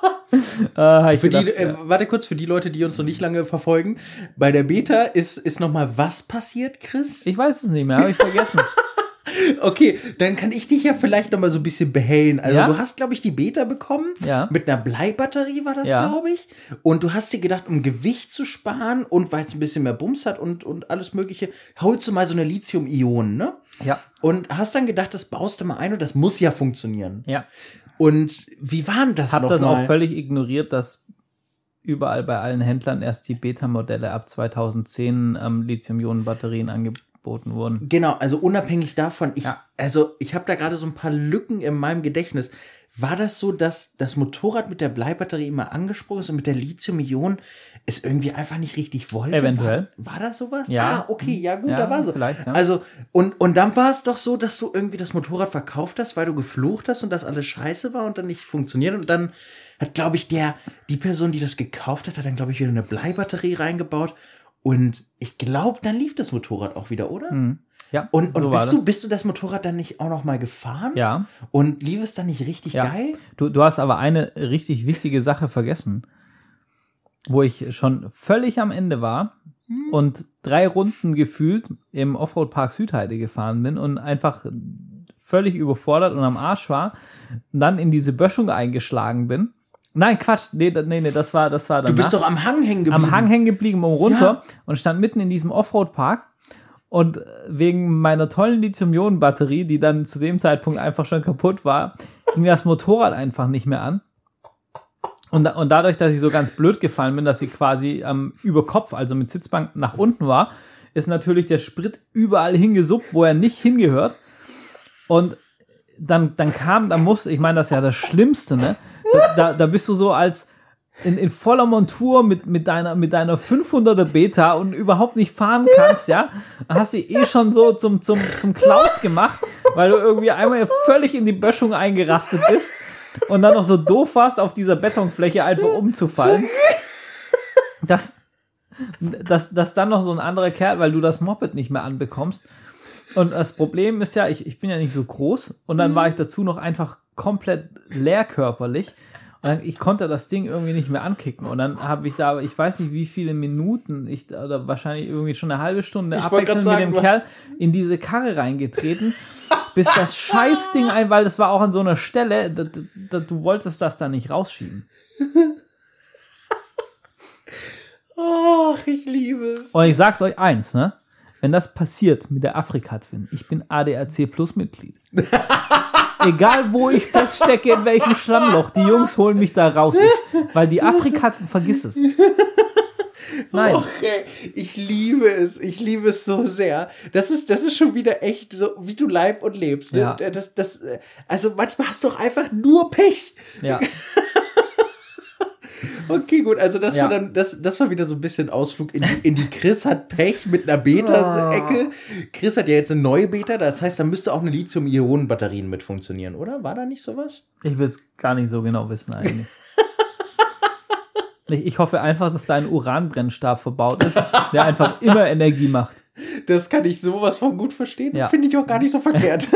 Warte kurz, für die Leute, die uns noch nicht lange verfolgen. Bei der Beta ist noch mal was passiert, Chris?
Ich weiß es nicht mehr, habe ich vergessen.
Okay, dann kann ich dich ja vielleicht noch mal so ein bisschen behellen. Also du hast, glaube ich, die Beta bekommen. Ja. Mit einer Bleibatterie war das, glaube ich. Und du hast dir gedacht, um Gewicht zu sparen und weil es ein bisschen mehr Bums hat und alles Mögliche, holst du mal so eine Lithium-Ionen, ne? Ja. Und hast dann gedacht, das baust du mal ein und das muss ja funktionieren. Ja. Und wie war denn das noch mal?
Ich habe das auch völlig ignoriert, dass überall bei allen Händlern erst die Beta-Modelle ab 2010 Lithium-Ionen-Batterien angeboten wurden.
Genau, also unabhängig davon, ich habe da gerade so ein paar Lücken in meinem Gedächtnis. War das so, dass das Motorrad mit der Bleibatterie immer angesprungen ist und mit der Lithium-Ionen es irgendwie einfach nicht richtig wollte?
Eventuell.
War das sowas?
Ja.
Okay, ja gut, da war so.
Ja.
Also, und dann war es doch so, dass du irgendwie das Motorrad verkauft hast, weil du geflucht hast und das alles scheiße war und dann nicht funktioniert. Und dann hat, glaube ich, die Person, die das gekauft hat dann, glaube ich, wieder eine Bleibatterie reingebaut. Und ich glaube, dann lief das Motorrad auch wieder, oder? Ja. Und so bist du das Motorrad dann nicht auch noch mal gefahren?
Ja.
Und lief es dann nicht richtig geil?
Du hast aber eine richtig wichtige Sache vergessen, wo ich schon völlig am Ende war und 3 Runden gefühlt im Offroad-Park Südheide gefahren bin und einfach völlig überfordert und am Arsch war und dann in diese Böschung eingeschlagen bin. Nein, Quatsch, nee, das war danach.
Du bist doch am Hang hängen geblieben.
Am Hang hängen geblieben und runter und stand mitten in diesem Offroad-Park und wegen meiner tollen Lithium-Ionen-Batterie, die dann zu dem Zeitpunkt einfach schon kaputt war, ging das Motorrad einfach nicht mehr an. Und dadurch, dass ich so ganz blöd gefallen bin, dass sie quasi über Kopf, also mit Sitzbank nach unten war, ist natürlich der Sprit überall hingesuppt, wo er nicht hingehört. Und dann musste, ich meine, das ist ja das Schlimmste, ne? Da bist du so als in voller Montur mit deiner 500er Beta und überhaupt nicht fahren kannst, ja? Hast du schon so zum Klaus gemacht, weil du irgendwie einmal völlig in die Böschung eingerastet bist und dann noch so doof warst, auf dieser Betonfläche einfach umzufallen. Dass dann noch so ein anderer Kerl, weil du das Moped nicht mehr anbekommst. Und das Problem ist ja, ich bin ja nicht so groß und dann war ich dazu noch einfach komplett leerkörperlich. Ich konnte das Ding irgendwie nicht mehr ankicken. Und dann habe ich da, ich weiß nicht, wie viele Minuten, oder wahrscheinlich irgendwie schon eine halbe Stunde abwechselnd mit dem Kerl in diese Karre reingetreten, bis das Scheißding weil das war auch an so einer Stelle, du wolltest das da nicht rausschieben.
Oh, ich liebe es.
Und ich sag's euch eins, ne? Wenn das passiert mit der Afrika-Twin, ich bin ADAC Plus Mitglied. Egal, wo ich feststecke, in welchem Schlammloch, die Jungs holen mich da raus. Weil die Afrika, vergiss es. Nein.
Okay, ich liebe es so sehr. Das ist schon wieder echt so, wie du Leib und lebst. Ne?
Ja.
Also manchmal hast du doch einfach nur Pech.
Ja.
Okay, gut, also das war wieder so ein bisschen Ausflug in die Chris hat Pech mit einer Beta-Ecke. Chris hat ja jetzt eine neue Beta, das heißt, da müsste auch eine Lithium-Ionen-Batterien mit funktionieren, oder? War da nicht sowas?
Ich will es gar nicht so genau wissen eigentlich. Ich hoffe einfach, dass da ein Uranbrennstab verbaut ist, der einfach immer Energie macht.
Das kann ich sowas von gut verstehen.
Ja.
Finde ich auch gar nicht so verkehrt.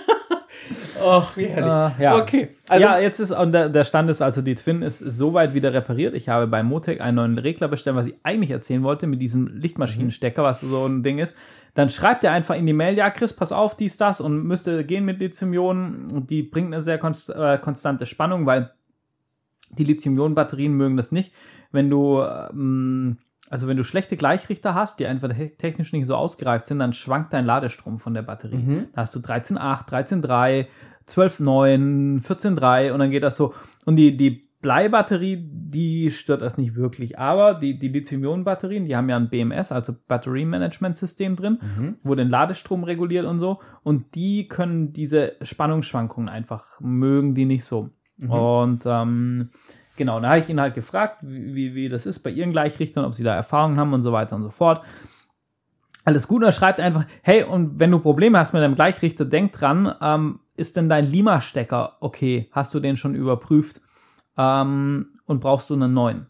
Ach, wie herrlich.
Ja.
Okay. Also,
ja, jetzt ist, und der Stand ist also, die Twin ist soweit wieder repariert. Ich habe bei Motec einen neuen Regler bestellt, was ich eigentlich erzählen wollte, mit diesem Lichtmaschinenstecker, was so ein Ding ist. Dann schreibt er einfach in die Mail, ja, Chris, pass auf, dies, das, und müsste gehen mit Lithium-Ionen. Und die bringt eine sehr konstante Spannung, weil die Lithium-Ionen-Batterien mögen das nicht. Wenn du schlechte Gleichrichter hast, die einfach technisch nicht so ausgereift sind, dann schwankt dein Ladestrom von der Batterie. Da hast du 13,8, 13,3, 12,9, 14,3 und dann geht das so. Und die Bleibatterie, die stört das nicht wirklich. Aber die Lithium-Ionen-Batterien, die haben ja ein BMS, also Battery-Management-System drin, wo den Ladestrom reguliert und so. Und die können diese Spannungsschwankungen einfach, mögen die nicht so. Und genau, da habe ich ihn halt gefragt, wie das ist bei ihren Gleichrichtern, ob sie da Erfahrungen haben und so weiter und so fort. Alles gut, und er schreibt einfach, hey, und wenn du Probleme hast mit deinem Gleichrichter, denk dran, ist denn dein Lima-Stecker okay? Hast du den schon überprüft? Und brauchst du einen neuen?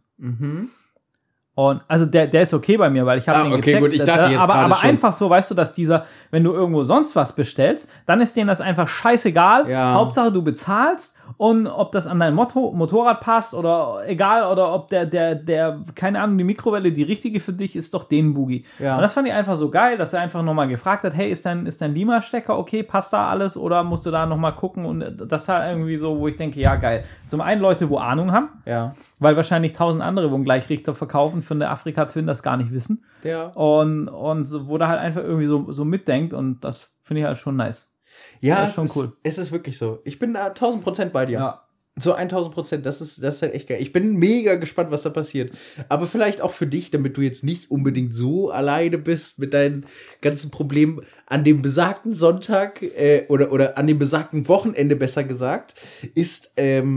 Und also der ist okay bei mir, weil ich habe den gecheckt.
Gut, ich dachte jetzt
aber
schon.
einfach so, weißt du, dass wenn du irgendwo sonst was bestellst, dann ist denen das einfach scheißegal.
Ja.
Hauptsache du bezahlst und ob das an dein Motorrad passt oder egal, oder ob der keine Ahnung, die Mikrowelle die richtige für dich ist, doch den Boogie.
Ja.
Und das fand ich einfach so geil, dass er einfach nochmal gefragt hat, hey, ist dein Lima-Stecker okay, passt da alles oder musst du da nochmal gucken? Und das war irgendwie so, wo ich denke, ja geil. Zum einen Leute, wo Ahnung haben,
ja.
weil wahrscheinlich 1000 andere, wo einen Gleichrichter verkaufen für eine Afrika-Twin, das gar nicht wissen.
Ja.
Und wo da halt einfach irgendwie so mitdenkt, und das finde ich halt schon nice.
Ja,
das ist schon cool.
Es ist wirklich so. Ich bin da 1000% bei dir.
Ja.
So 1000%, das ist halt echt geil. Ich bin mega gespannt, was da passiert. Aber vielleicht auch für dich, damit du jetzt nicht unbedingt so alleine bist mit deinen ganzen Problemen an dem besagten Sonntag oder an dem besagten Wochenende, besser gesagt, ist,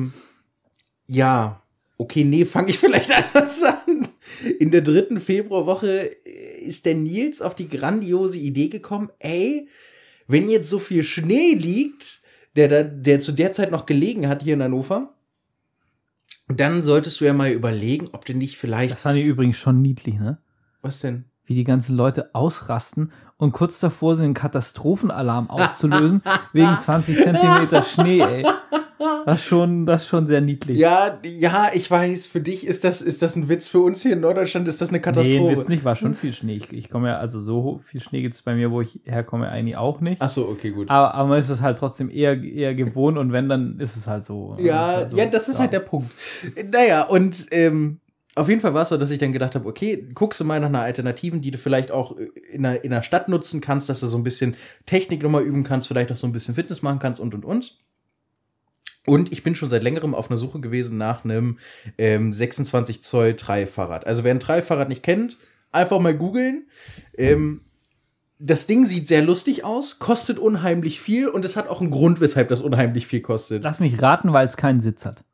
fange ich vielleicht anders an. In der 3. Februarwoche ist der Nils auf die grandiose Idee gekommen, wenn jetzt so viel Schnee liegt, der zu der Zeit noch gelegen hat hier in Hannover, dann solltest du ja mal überlegen, ob du nicht vielleicht...
Das fand ich übrigens schon niedlich, ne?
Was denn?
Wie die ganzen Leute ausrasten und kurz davor sind, einen Katastrophenalarm auszulösen, wegen 20 Zentimeter Schnee, ey. Das ist schon sehr niedlich.
Ja, ich weiß, für dich ist das ein Witz, für uns hier in Norddeutschland ist das eine Katastrophe.
Nee, ein Witz nicht, war schon viel Schnee. Ich komme ja, also so viel Schnee gibt es bei mir, wo ich herkomme, eigentlich auch nicht.
Ach so, okay, gut.
Aber man ist es halt trotzdem eher gewohnt, und wenn, dann ist es halt so.
Ja, das ist halt der Punkt. Naja, und auf jeden Fall war es so, dass ich dann gedacht habe, okay, guckst du mal nach einer Alternativen, die du vielleicht auch in einer Stadt nutzen kannst, dass du so ein bisschen Technik nochmal üben kannst, vielleicht auch so ein bisschen Fitness machen kannst und. Und ich bin schon seit längerem auf einer Suche gewesen nach einem 26 Zoll Treifahrrad. Also wer ein Treifahrrad nicht kennt, einfach mal googeln. das Ding sieht sehr lustig aus, kostet unheimlich viel und es hat auch einen Grund, weshalb das unheimlich viel kostet.
Lass mich raten, weil es keinen Sitz hat.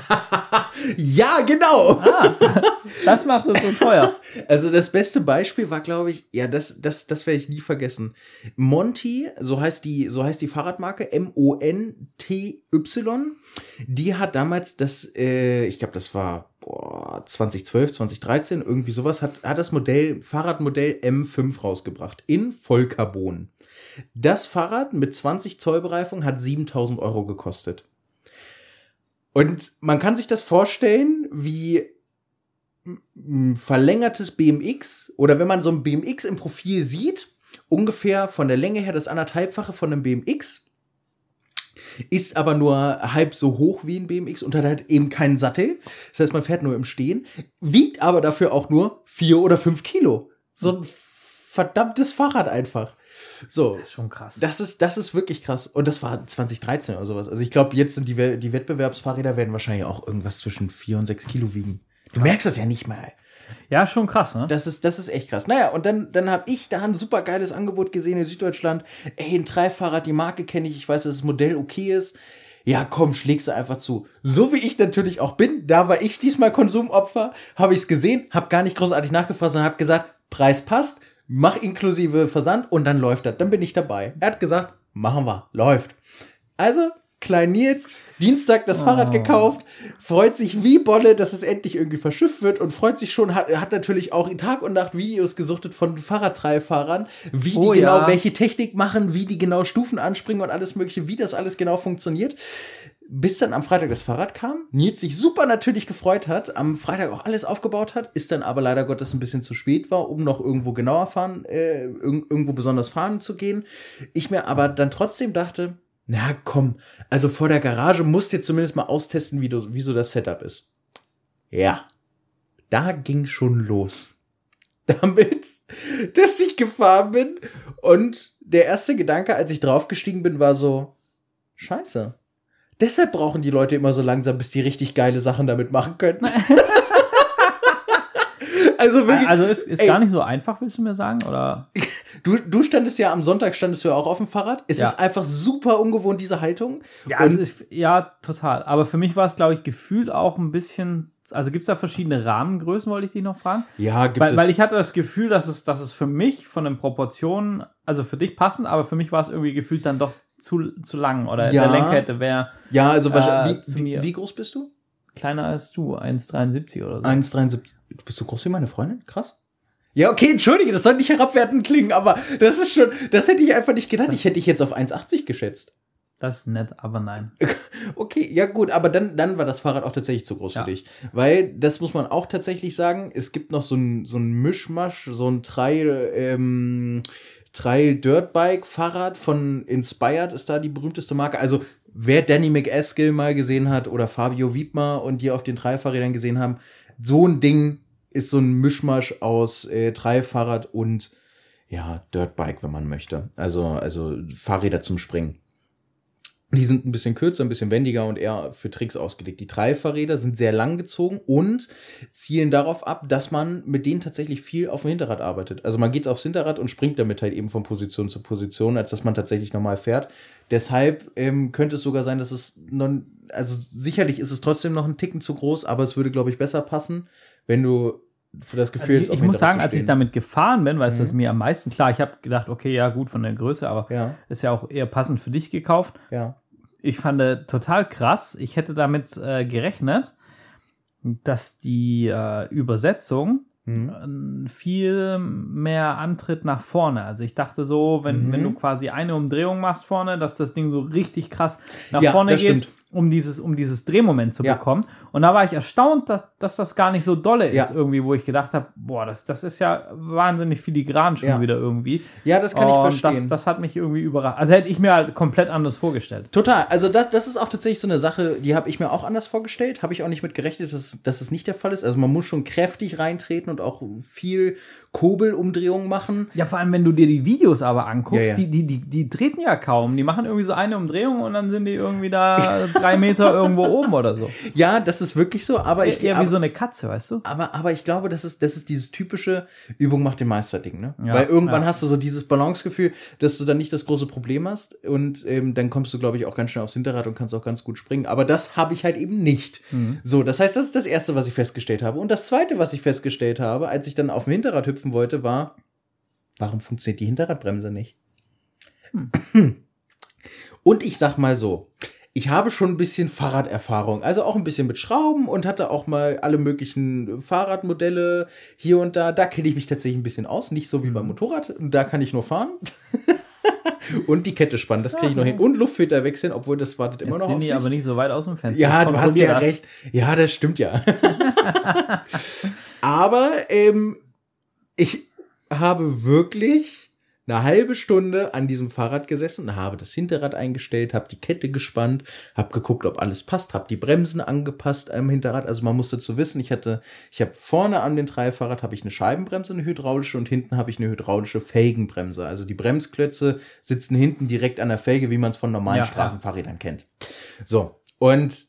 Ja, genau.
Das macht es so teuer.
Also das beste Beispiel war, glaube ich, ja, das werde ich nie vergessen. Monty, so heißt die Fahrradmarke, MONTY, die hat damals ich glaube, das war 2012, 2013, irgendwie sowas, hat das Fahrradmodell M5 rausgebracht, in Vollcarbon. Das Fahrrad mit 20 Zoll Bereifung hat 7.000 € gekostet. Und man kann sich das vorstellen, wie ein verlängertes BMX, oder wenn man so ein BMX im Profil sieht, ungefähr von der Länge her das 1,5-fache von einem BMX, ist aber nur halb so hoch wie ein BMX und hat halt eben keinen Sattel. Das heißt, man fährt nur im Stehen, wiegt aber dafür auch nur 4 oder 5 Kilo. So ein verdammtes Fahrrad einfach. So,
das ist schon krass.
Das ist wirklich krass. Und das war 2013 oder sowas. Also ich glaube, jetzt sind die Wettbewerbsfahrräder werden wahrscheinlich auch irgendwas zwischen 4 und 6 Kilo wiegen. Du merkst das ja nicht mal.
Ja, schon krass, ne?
Das ist echt krass. Naja, und dann habe ich da ein super geiles Angebot gesehen in Süddeutschland. Ey, ein Treifahrrad, die Marke kenne ich weiß, dass das Modell okay ist. Ja, komm, schlägst du einfach zu. So wie ich natürlich auch bin, da war ich diesmal Konsumopfer, habe ich es gesehen, habe gar nicht großartig nachgefragt, sondern habe gesagt, Preis passt, mach inklusive Versand und dann läuft das. Dann bin ich dabei. Er hat gesagt, machen wir, läuft. Also, Klein Nils, Dienstag das Fahrrad gekauft, freut sich wie Bolle, dass es endlich irgendwie verschifft wird und freut sich schon, hat natürlich auch Tag und Nacht Videos gesuchtet von Fahrradtreifahrern, wie die genau welche Technik machen, wie die genau Stufen anspringen und alles mögliche, wie das alles genau funktioniert. Bis dann am Freitag das Fahrrad kam, Nils sich super natürlich gefreut hat, am Freitag auch alles aufgebaut hat, ist dann aber leider Gottes ein bisschen zu spät war, um noch irgendwo genauer irgendwo besonders fahren zu gehen. Ich mir aber dann trotzdem dachte, na komm, also vor der Garage musst du zumindest mal austesten, wie so das Setup ist. Ja, da ging schon los. Damit, dass ich gefahren bin und der erste Gedanke, als ich draufgestiegen bin, war so, scheiße. Deshalb brauchen die Leute immer so langsam, bis die richtig geile Sachen damit machen können.
Also ist gar nicht so einfach, willst du mir sagen? Oder?
Du standest ja am Sonntag auch auf dem Fahrrad. Es ist einfach super ungewohnt, diese Haltung.
Ja, total. Aber für mich war es, glaube ich, gefühlt auch ein bisschen. Also gibt es da verschiedene Rahmengrößen, wollte ich dich noch fragen?
Ja, gibt es.
Weil ich hatte das Gefühl, dass es für mich von den Proportionen, also für dich passend, aber für mich war es irgendwie gefühlt dann doch zu lang. Oder der Lenker wäre.
Ja, also wie groß bist du?
Kleiner als du, 1,73 oder so.
1,73. Bist du groß wie meine Freundin? Krass. Ja, okay, entschuldige, das soll nicht herabwertend klingen, aber das hätte ich einfach nicht gedacht. Ich hätte dich jetzt auf 1,80 geschätzt.
Das ist nett, aber nein.
Okay, ja gut, aber dann war das Fahrrad auch tatsächlich zu groß für dich. Weil, das muss man auch tatsächlich sagen, es gibt noch so ein Mischmasch, so ein Trail-Dirtbike-Fahrrad von Inspired ist da die berühmteste Marke. Also, wer Danny McEskill mal gesehen hat oder Fabio Wiedmer und die auf den Trail-Fahrrädern gesehen haben, so ein Ding ist so ein Mischmasch aus Trail-Fahrrad und Dirtbike, wenn man möchte. Also Fahrräder zum Springen. Die sind ein bisschen kürzer, ein bisschen wendiger und eher für Tricks ausgelegt. Die Trail-Fahrräder sind sehr lang gezogen und zielen darauf ab, dass man mit denen tatsächlich viel auf dem Hinterrad arbeitet. Also man geht aufs Hinterrad und springt damit halt eben von Position zu Position, als dass man tatsächlich normal fährt. Deshalb könnte es sogar sein, dass also sicherlich ist es trotzdem noch ein Ticken zu groß, aber es würde, glaube ich, besser passen, wenn du für das Gefühl
also ich muss sagen, als ich damit gefahren bin, weißt du, was mir am meisten, klar, ich habe gedacht, okay, ja gut, von der Größe, aber ist ja auch eher passend für dich gekauft.
Ja.
Ich fand total krass, ich hätte damit gerechnet, dass die Übersetzung viel mehr Antritt nach vorne. Also ich dachte so, wenn du quasi eine Umdrehung machst vorne, dass das Ding so richtig krass nach vorne geht. Stimmt. Um dieses Drehmoment zu bekommen. Und da war ich erstaunt, dass das gar nicht so dolle ist irgendwie, wo ich gedacht habe, boah, das ist ja wahnsinnig filigran schon wieder irgendwie.
Ja, das kann ich verstehen.
Das hat mich irgendwie überrascht. Also hätte ich mir halt komplett anders vorgestellt.
Total. Also das ist auch tatsächlich so eine Sache, die habe ich mir auch anders vorgestellt. Habe ich auch nicht mit gerechnet, dass es nicht der Fall ist. Also man muss schon kräftig reintreten und auch viel Kurbelumdrehungen machen.
Ja, vor allem, wenn du dir die Videos aber anguckst, die treten ja kaum. Die machen irgendwie so eine Umdrehung und dann sind die irgendwie da 3 Meter irgendwo oben oder so.
Ja, das ist wirklich so, aber
ich eher wie so eine Katze, weißt du?
Aber ich glaube, das ist dieses typische Übung macht den Meister-Ding, ne? Weil irgendwann hast du so dieses Balancegefühl, dass du dann nicht das große Problem hast und dann kommst du, glaube ich, auch ganz schnell aufs Hinterrad und kannst auch ganz gut springen. Aber das habe ich halt eben nicht. So, das heißt, das ist das Erste, was ich festgestellt habe. Und das Zweite, was ich festgestellt habe, als ich dann auf dem Hinterrad hüpfen wollte, war, warum funktioniert die Hinterradbremse nicht? Und ich sag mal so, ich habe schon ein bisschen Fahrraderfahrung, also auch ein bisschen mit Schrauben und hatte auch mal alle möglichen Fahrradmodelle hier und da. Da kenne ich mich tatsächlich ein bisschen aus, nicht so wie beim Motorrad. Da kann ich nur fahren. Und die Kette spannen, das kriege ich noch hin. Und Luftfilter wechseln, obwohl das wartet immer noch auf sich.
Aber nicht so weit aus dem Fenster.
Ja, du hast ja recht. Ja, das stimmt ja. Aber ich habe wirklich eine halbe Stunde an diesem Fahrrad gesessen, habe das Hinterrad eingestellt, habe die Kette gespannt, habe geguckt, ob alles passt, habe die Bremsen angepasst am Hinterrad. Also man muss dazu wissen, ich habe vorne an dem Dreifahrrad habe ich eine Scheibenbremse, eine hydraulische, und hinten habe ich eine hydraulische Felgenbremse. Also die Bremsklötze sitzen hinten direkt an der Felge, wie man es von normalen Straßenfahrrädern kennt. So, und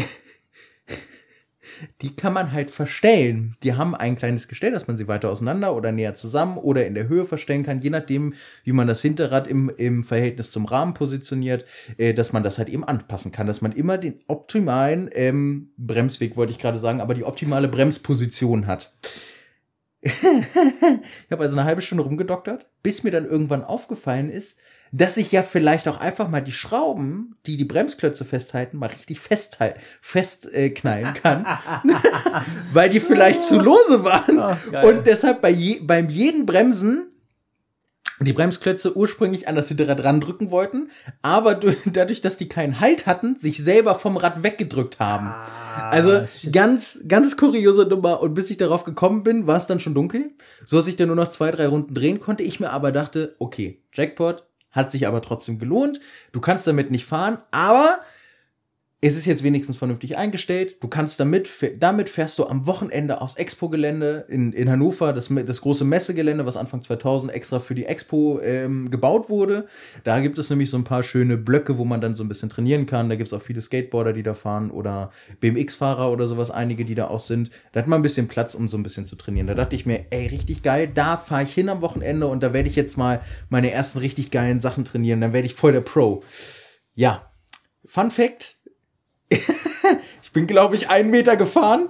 die kann man halt verstellen. Die haben ein kleines Gestell, dass man sie weiter auseinander oder näher zusammen oder in der Höhe verstellen kann, je nachdem, wie man das Hinterrad im Verhältnis zum Rahmen positioniert, dass man das halt eben anpassen kann, dass man immer den optimalen Bremsweg, wollte ich gerade sagen, aber die optimale Bremsposition hat. Ich habe also eine halbe Stunde rumgedoktert, bis mir dann irgendwann aufgefallen ist, dass ich ja vielleicht auch einfach mal die Schrauben, die die Bremsklötze festhalten, mal richtig festknallen kann, weil die vielleicht zu lose waren und deshalb beim jeden Bremsen die Bremsklötze ursprünglich an das Hinterrad randrücken wollten, aber dadurch, dass die keinen Halt hatten, sich selber vom Rad weggedrückt haben. Also ganz, ganz kuriose Nummer. Und bis ich darauf gekommen bin, war es dann schon dunkel, so dass ich dann nur noch 2, 3 Runden drehen konnte. Ich mir aber dachte, okay, Jackpot, hat sich aber trotzdem gelohnt. Du kannst damit nicht fahren, aber es ist jetzt wenigstens vernünftig eingestellt. Du kannst damit fährst du am Wochenende aufs Expo-Gelände in Hannover, das große Messegelände, was Anfang 2000 extra für die Expo gebaut wurde. Da gibt es nämlich so ein paar schöne Blöcke, wo man dann so ein bisschen trainieren kann. Da gibt es auch viele Skateboarder, die da fahren, oder BMX-Fahrer oder sowas, einige, die da auch sind. Da hat man ein bisschen Platz, um so ein bisschen zu trainieren. Da dachte ich mir, ey, richtig geil, da fahre ich hin am Wochenende und da werde ich jetzt mal meine ersten richtig geilen Sachen trainieren. Dann werde ich voll der Pro. Ja, Fun Fact: Ich bin, glaube ich, 1 Meter gefahren.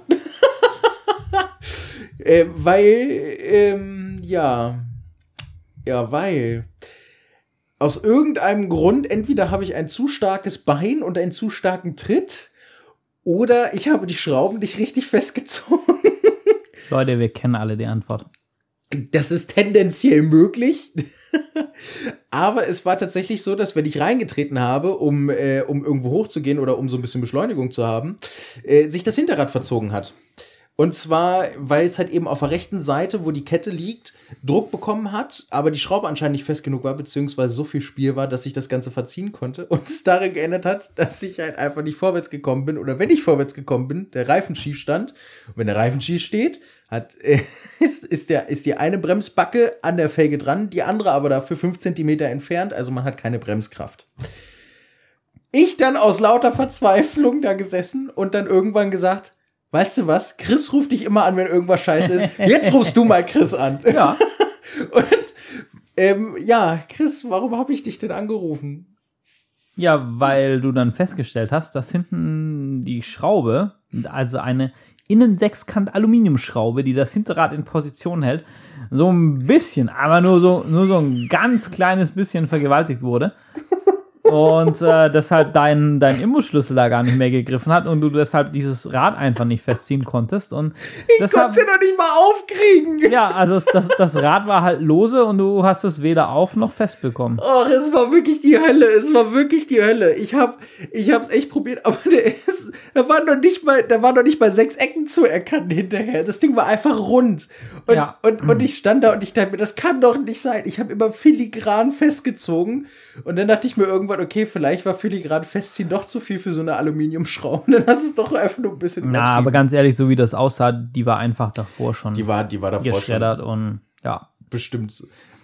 Weil aus irgendeinem Grund, entweder habe ich ein zu starkes Bein und einen zu starken Tritt, oder ich habe die Schrauben nicht richtig festgezogen.
Leute, wir kennen alle die Antwort.
Das ist tendenziell möglich. Aber es war tatsächlich so, dass wenn ich reingetreten habe, um irgendwo hochzugehen oder um so ein bisschen Beschleunigung zu haben, sich das Hinterrad verzogen hat. Und zwar, weil es halt eben auf der rechten Seite, wo die Kette liegt, Druck bekommen hat, aber die Schraube anscheinend nicht fest genug war, beziehungsweise so viel Spiel war, dass ich das Ganze verziehen konnte. Und es darin geändert hat, dass ich halt einfach nicht vorwärts gekommen bin. Oder wenn ich vorwärts gekommen bin, der Reifen schief stand. Und wenn der Reifen schief steht, ist die eine Bremsbacke an der Felge dran, die andere aber dafür 5 Zentimeter entfernt. Also man hat keine Bremskraft. Ich dann aus lauter Verzweiflung da gesessen und dann irgendwann gesagt: Weißt du was? Chris ruft dich immer an, wenn irgendwas scheiße ist. Jetzt rufst du mal Chris an.
Ja.
Und Chris, warum habe ich dich denn angerufen?
Ja, weil du dann festgestellt hast, dass hinten die Schraube, also eine Innensechskant Aluminiumschraube, die das Hinterrad in Position hält, so ein bisschen, aber nur so ein ganz kleines bisschen vergewaltigt wurde. Und deshalb dein Imbusschlüssel da gar nicht mehr gegriffen hat und du deshalb dieses Rad einfach nicht festziehen konntest. Und
ich konnte es ja noch nicht mal aufkriegen.
Ja, also das Rad war halt lose und du hast es weder auf noch festbekommen.
Oh, es war wirklich die Hölle. Ich hab's echt probiert, aber da war noch nicht mal 6 Ecken zu erkennen hinterher. Das Ding war einfach rund. Und ich stand da und ich dachte mir, das kann doch nicht sein. Ich habe immer filigran festgezogen und dann dachte ich mir irgendwann, okay, vielleicht war filigran festziehen doch zu viel für so eine Aluminiumschraube. Dann hast du es doch einfach nur ein bisschen übertrieben.
Na, aber ganz ehrlich, so wie das aussah, die war einfach davor schon.
Die war davor
geschreddert schon. Und ja.
Bestimmt.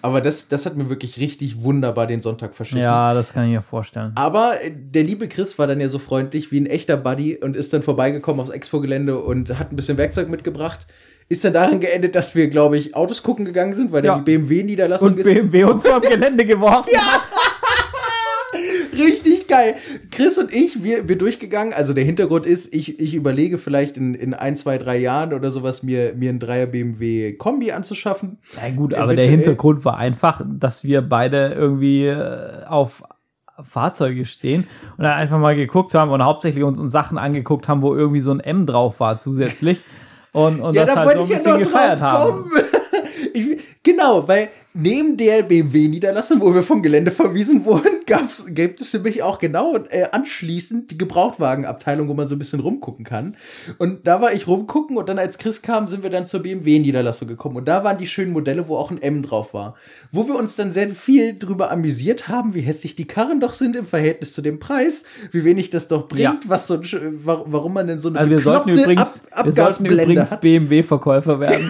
Aber das hat mir wirklich richtig wunderbar den Sonntag verschissen.
Ja, das kann ich mir vorstellen.
Aber der liebe Chris war dann ja so freundlich wie ein echter Buddy und ist dann vorbeigekommen aufs Expo-Gelände und hat ein bisschen Werkzeug mitgebracht. Ist dann daran geendet, dass wir, glaube ich, Autos gucken gegangen sind, weil dann die BMW-Niederlassung ist.
Und BMW uns vom Gelände geworfen hat.
Richtig geil. Chris und ich, wir durchgegangen. Also der Hintergrund ist, ich überlege vielleicht in 1, 2, 3 Jahren oder sowas, mir ein 3er BMW Kombi anzuschaffen.
Na gut, aber der Hintergrund war einfach, dass wir beide irgendwie auf Fahrzeuge stehen und dann einfach mal geguckt haben und hauptsächlich uns Sachen angeguckt haben, wo irgendwie so ein M drauf war zusätzlich. Und
ja,
das
da
halt
wollte
so ein
ich ja
bisschen
noch
gefeiert
drauf
haben.
kommen. Genau, weil neben der BMW-Niederlassung, wo wir vom Gelände verwiesen wurden, gibt es nämlich auch genau anschließend die Gebrauchtwagenabteilung, wo man so ein bisschen rumgucken kann. Und da war ich rumgucken und dann, als Chris kam, sind wir dann zur BMW-Niederlassung gekommen. Und da waren die schönen Modelle, wo auch ein M drauf war. Wo wir uns dann sehr viel drüber amüsiert haben, wie hässlich die Karren doch sind im Verhältnis zu dem Preis, wie wenig das doch bringt, warum man denn so eine bekloppte Abgasblende hat.
BMW-Verkäufer werden.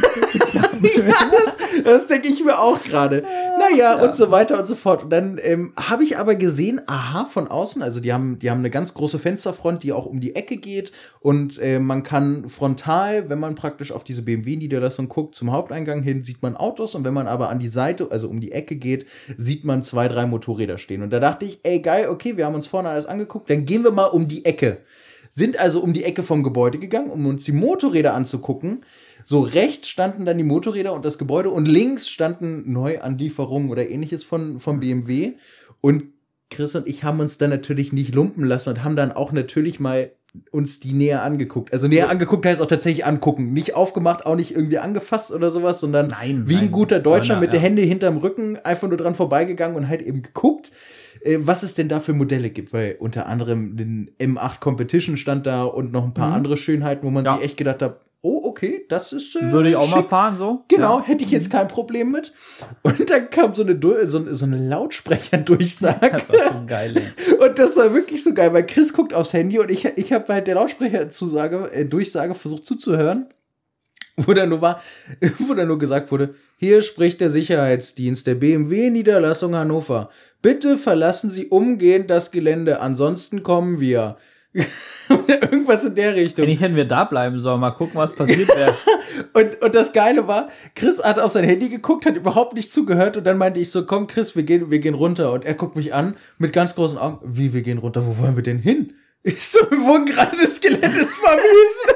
Das denke ich mir auch gerade. Naja, und so weiter und so fort. Und dann habe ich aber gesehen, von außen, also die haben eine ganz große Fensterfront, die auch um die Ecke geht. Und man kann frontal, wenn man praktisch auf diese BMW-Niederlassung guckt, zum Haupteingang hin, sieht man Autos. Und wenn man aber an die Seite, also um die Ecke geht, sieht man 2, 3 Motorräder stehen. Und da dachte ich, geil, okay, wir haben uns vorne alles angeguckt, dann gehen wir mal um die Ecke. Sind also um die Ecke vom Gebäude gegangen, um uns die Motorräder anzugucken. So rechts standen dann die Motorräder und das Gebäude und links standen Neuanlieferungen oder ähnliches von BMW. Und Chris und ich haben uns dann natürlich nicht lumpen lassen und haben dann auch natürlich mal uns die näher angeguckt. Also näher angeguckt heißt auch tatsächlich angucken. Nicht aufgemacht, auch nicht irgendwie angefasst oder sowas, sondern wie ein guter Deutscher mit den Händen hinterm Rücken einfach nur dran vorbeigegangen und halt eben geguckt, was es denn da für Modelle gibt. Weil unter anderem den M8 Competition stand da und noch ein paar andere Schönheiten, wo man sich echt gedacht hat, oh, okay, das ist
würde ich auch
schick.
Mal fahren, so.
Genau, hätte ich jetzt kein Problem mit. Und dann kam so eine Lautsprecherdurchsage.
Das war schon geil, ey.
Und das war wirklich so geil, weil Chris guckt aufs Handy und ich habe bei der Durchsage versucht zuzuhören, wo dann nur gesagt wurde, hier spricht der Sicherheitsdienst der BMW-Niederlassung Hannover. Bitte verlassen Sie umgehend das Gelände, ansonsten kommen wir. Irgendwas in der Richtung.
Eigentlich hätten wir da bleiben sollen, mal gucken, was passiert wäre.
und das Geile war, Chris hat auf sein Handy geguckt, hat überhaupt nicht zugehört und dann meinte ich so, komm Chris, wir gehen runter. Und er guckt mich an mit ganz großen Augen, wie, wir gehen runter, wo wollen wir denn hin? Ich so, wir wurden gerade des Geländes verwiesen.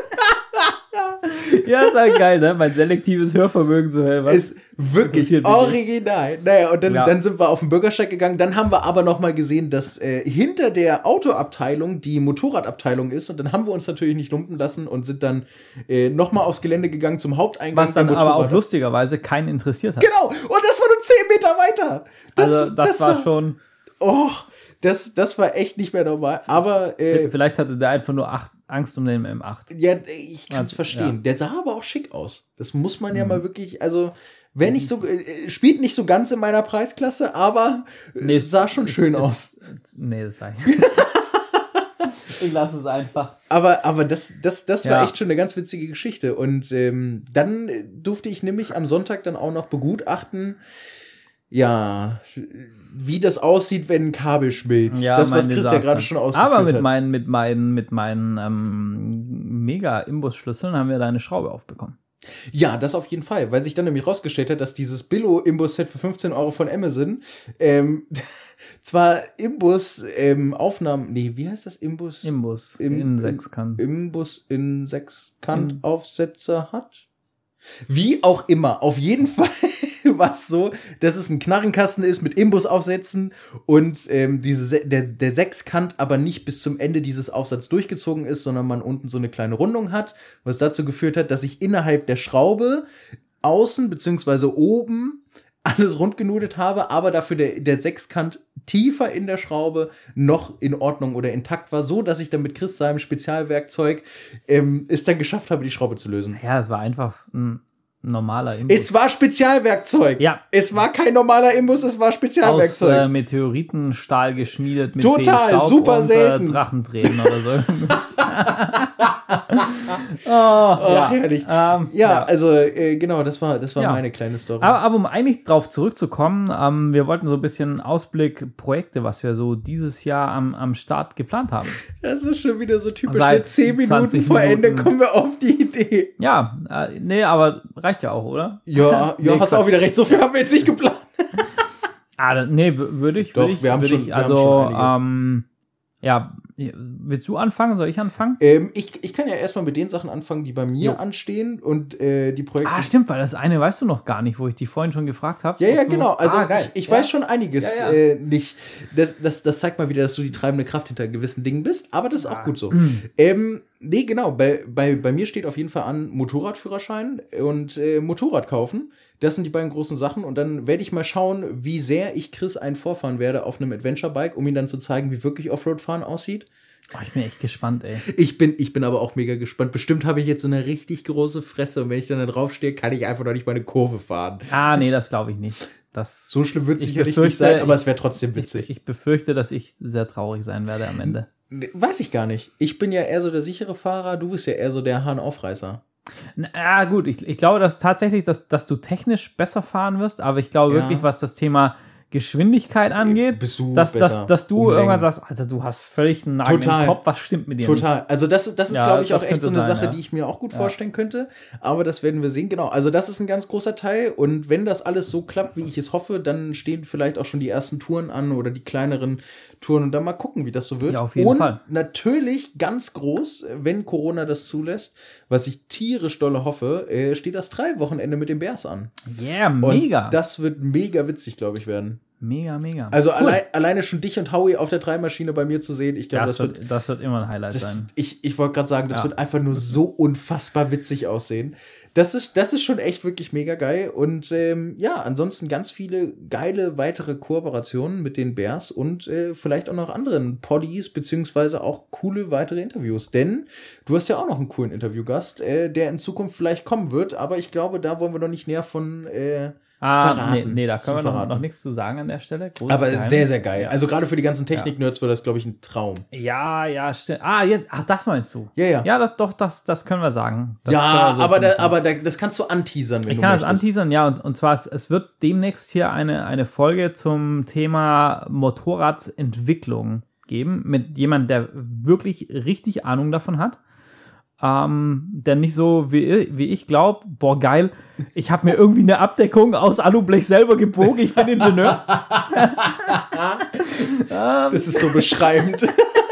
Ja, ist halt geil, ne? Mein selektives Hörvermögen so hell.
Ist wirklich original. Naja, und dann sind wir auf den Bürgersteig gegangen. Dann haben wir aber noch mal gesehen, dass hinter der Autoabteilung die Motorradabteilung ist. Und dann haben wir uns natürlich nicht lumpen lassen und sind dann noch mal aufs Gelände gegangen zum Haupteingang.
Was dann aber auch lustigerweise keinen interessiert hat.
Genau, und das war nur 10 Meter weiter.
Das war schon...
Oh, das war echt nicht mehr normal. Aber
vielleicht hatte der einfach nur Angst um den M8.
Ja, ich kann es verstehen. Ja. Der sah aber auch schick aus. Das muss man ja mal wirklich, also wenn nicht so, spielt nicht so ganz in meiner Preisklasse, aber sah schon schön aus.
Nee, das sah ich. Ich lasse es einfach.
Aber das war echt schon eine ganz witzige Geschichte. Und dann durfte ich nämlich am Sonntag dann auch noch begutachten, ja, wie das aussieht, wenn ein Kabel schmilzt.
Ja,
das, was Chris ja gerade schon ausgeführt hat.
Aber mit meinen Mega-Imbus-Schlüsseln haben wir da eine Schraube aufbekommen.
Ja, das auf jeden Fall, weil sich dann nämlich rausgestellt hat, dass dieses Billo-Imbus-Set für 15 € von Amazon zwar Imbus Aufnahmen, wie heißt das? Imbus
in Sechskant.
Imbus in Sechskant Aufsetzer hat? Wie auch immer, auf jeden Fall war es so, dass es ein Knarrenkasten ist mit Imbus-Aufsätzen und der Sechskant aber nicht bis zum Ende dieses Aufsatzes durchgezogen ist, sondern man unten so eine kleine Rundung hat, was dazu geführt hat, dass ich innerhalb der Schraube außen bzw. oben alles rund genudelt habe, aber dafür der Sechskant tiefer in der Schraube noch in Ordnung oder intakt war, so dass ich dann mit Chris seinem Spezialwerkzeug es dann geschafft habe, die Schraube zu lösen.
Ja, es war einfach ein normaler Imbus.
Es war Spezialwerkzeug.
Ja.
Es war kein normaler Imbus, es war Spezialwerkzeug.
Aus Meteoritenstahl geschmiedet mit
total,
viel Staub
super
und
selten.
Drachentränen oder so.
Herrlich. Also genau, das war meine kleine Story.
Aber um eigentlich drauf zurückzukommen, wir wollten so ein bisschen Ausblick, Projekte, was wir so dieses Jahr am Start geplant haben.
Das ist schon wieder so typisch. Mit 10 Minuten vor Ende kommen wir auf die Idee.
Ja, nee, aber reicht ja auch, oder?
Ja, hast auch wieder recht. So viel haben wir jetzt nicht geplant.
Würde ich.
Wir haben schon einiges.
Willst du anfangen? Soll ich anfangen?
Ich kann ja erstmal mit den Sachen anfangen, die bei mir anstehen und die Projekte.
Stimmt, weil das eine weißt du noch gar nicht, wo ich dich vorhin schon gefragt habe.
Ja, genau. Also ich weiß schon einiges nicht. Das zeigt mal wieder, dass du die treibende Kraft hinter gewissen Dingen bist, aber das ist auch gut so. Nee, genau. Bei mir steht auf jeden Fall an Motorradführerschein und Motorrad kaufen. Das sind die beiden großen Sachen. Und dann werde ich mal schauen, wie sehr ich Chris einen vorfahren werde auf einem Adventure-Bike, um ihm dann zu zeigen, wie wirklich Offroad-Fahren aussieht.
Ich bin echt gespannt, ey.
Ich bin aber auch mega gespannt. Bestimmt habe ich jetzt so eine richtig große Fresse. Und wenn ich dann da draufstehe, kann ich einfach noch nicht mal eine Kurve fahren.
Nee, das glaube ich nicht.
So schlimm wird es sicherlich nicht sein, aber es wäre trotzdem witzig.
Ich befürchte, dass ich sehr traurig sein werde am Ende.
Weiß ich gar nicht. Ich bin ja eher so der sichere Fahrer, du bist ja eher so der Hahnaufreißer.
Gut, ich glaube, dass tatsächlich, dass du technisch besser fahren wirst, aber ich glaube wirklich, was das Thema Geschwindigkeit angeht,
bist du
dass du irgendwann sagst, Alter, du hast völlig einen Nagel im Kopf, was stimmt mit dir
Total.
nicht?
Also das ist, glaube ich, auch echt so eine Sache, die ich mir auch gut vorstellen könnte, aber das werden wir sehen. Genau, also das ist ein ganz großer Teil und wenn das alles so klappt, wie ich es hoffe, dann stehen vielleicht auch schon die ersten Touren an oder die kleineren Touren und dann mal gucken, wie das so wird.
Ja, auf jeden Fall.
Und natürlich ganz groß, wenn Corona das zulässt, was ich tierisch dolle hoffe, steht das Trail-Wochenende mit den Bears an.
Yeah, mega.
Und das wird mega witzig, glaube ich, werden.
Mega.
Also cool. Alleine schon dich und Howie auf der Trailmaschine bei mir zu sehen, ich glaube,
das wird immer ein Highlight sein.
Ich wollte gerade sagen, das wird einfach nur so unfassbar witzig aussehen. Das ist schon echt wirklich mega geil. Und ansonsten ganz viele geile weitere Kooperationen mit den Bears und vielleicht auch noch anderen Poddies, beziehungsweise auch coole weitere Interviews. Denn du hast ja auch noch einen coolen Interviewgast, der in Zukunft vielleicht kommen wird, aber ich glaube, da wollen wir noch nicht näher von verraten.
Nee, da können wir noch nichts zu sagen an der Stelle.
Großes aber Geheimnis. Sehr, sehr geil. Ja. Also gerade für die ganzen Technik-Nerds wird das, glaube ich, ein Traum.
Ja, stimmt. Das meinst du?
Ja.
Ja, das können wir sagen.
Das kannst du anteasern, wenn du möchtest. Ich kann das
anteasern, ja. Und zwar, es wird demnächst hier eine Folge zum Thema Motorradentwicklung geben mit jemandem, der wirklich richtig Ahnung davon hat. Der nicht so wie ich glaubt, boah geil, ich habe mir irgendwie eine Abdeckung aus Alublech selber gebogen, ich bin Ingenieur.
Das ist so beschreibend.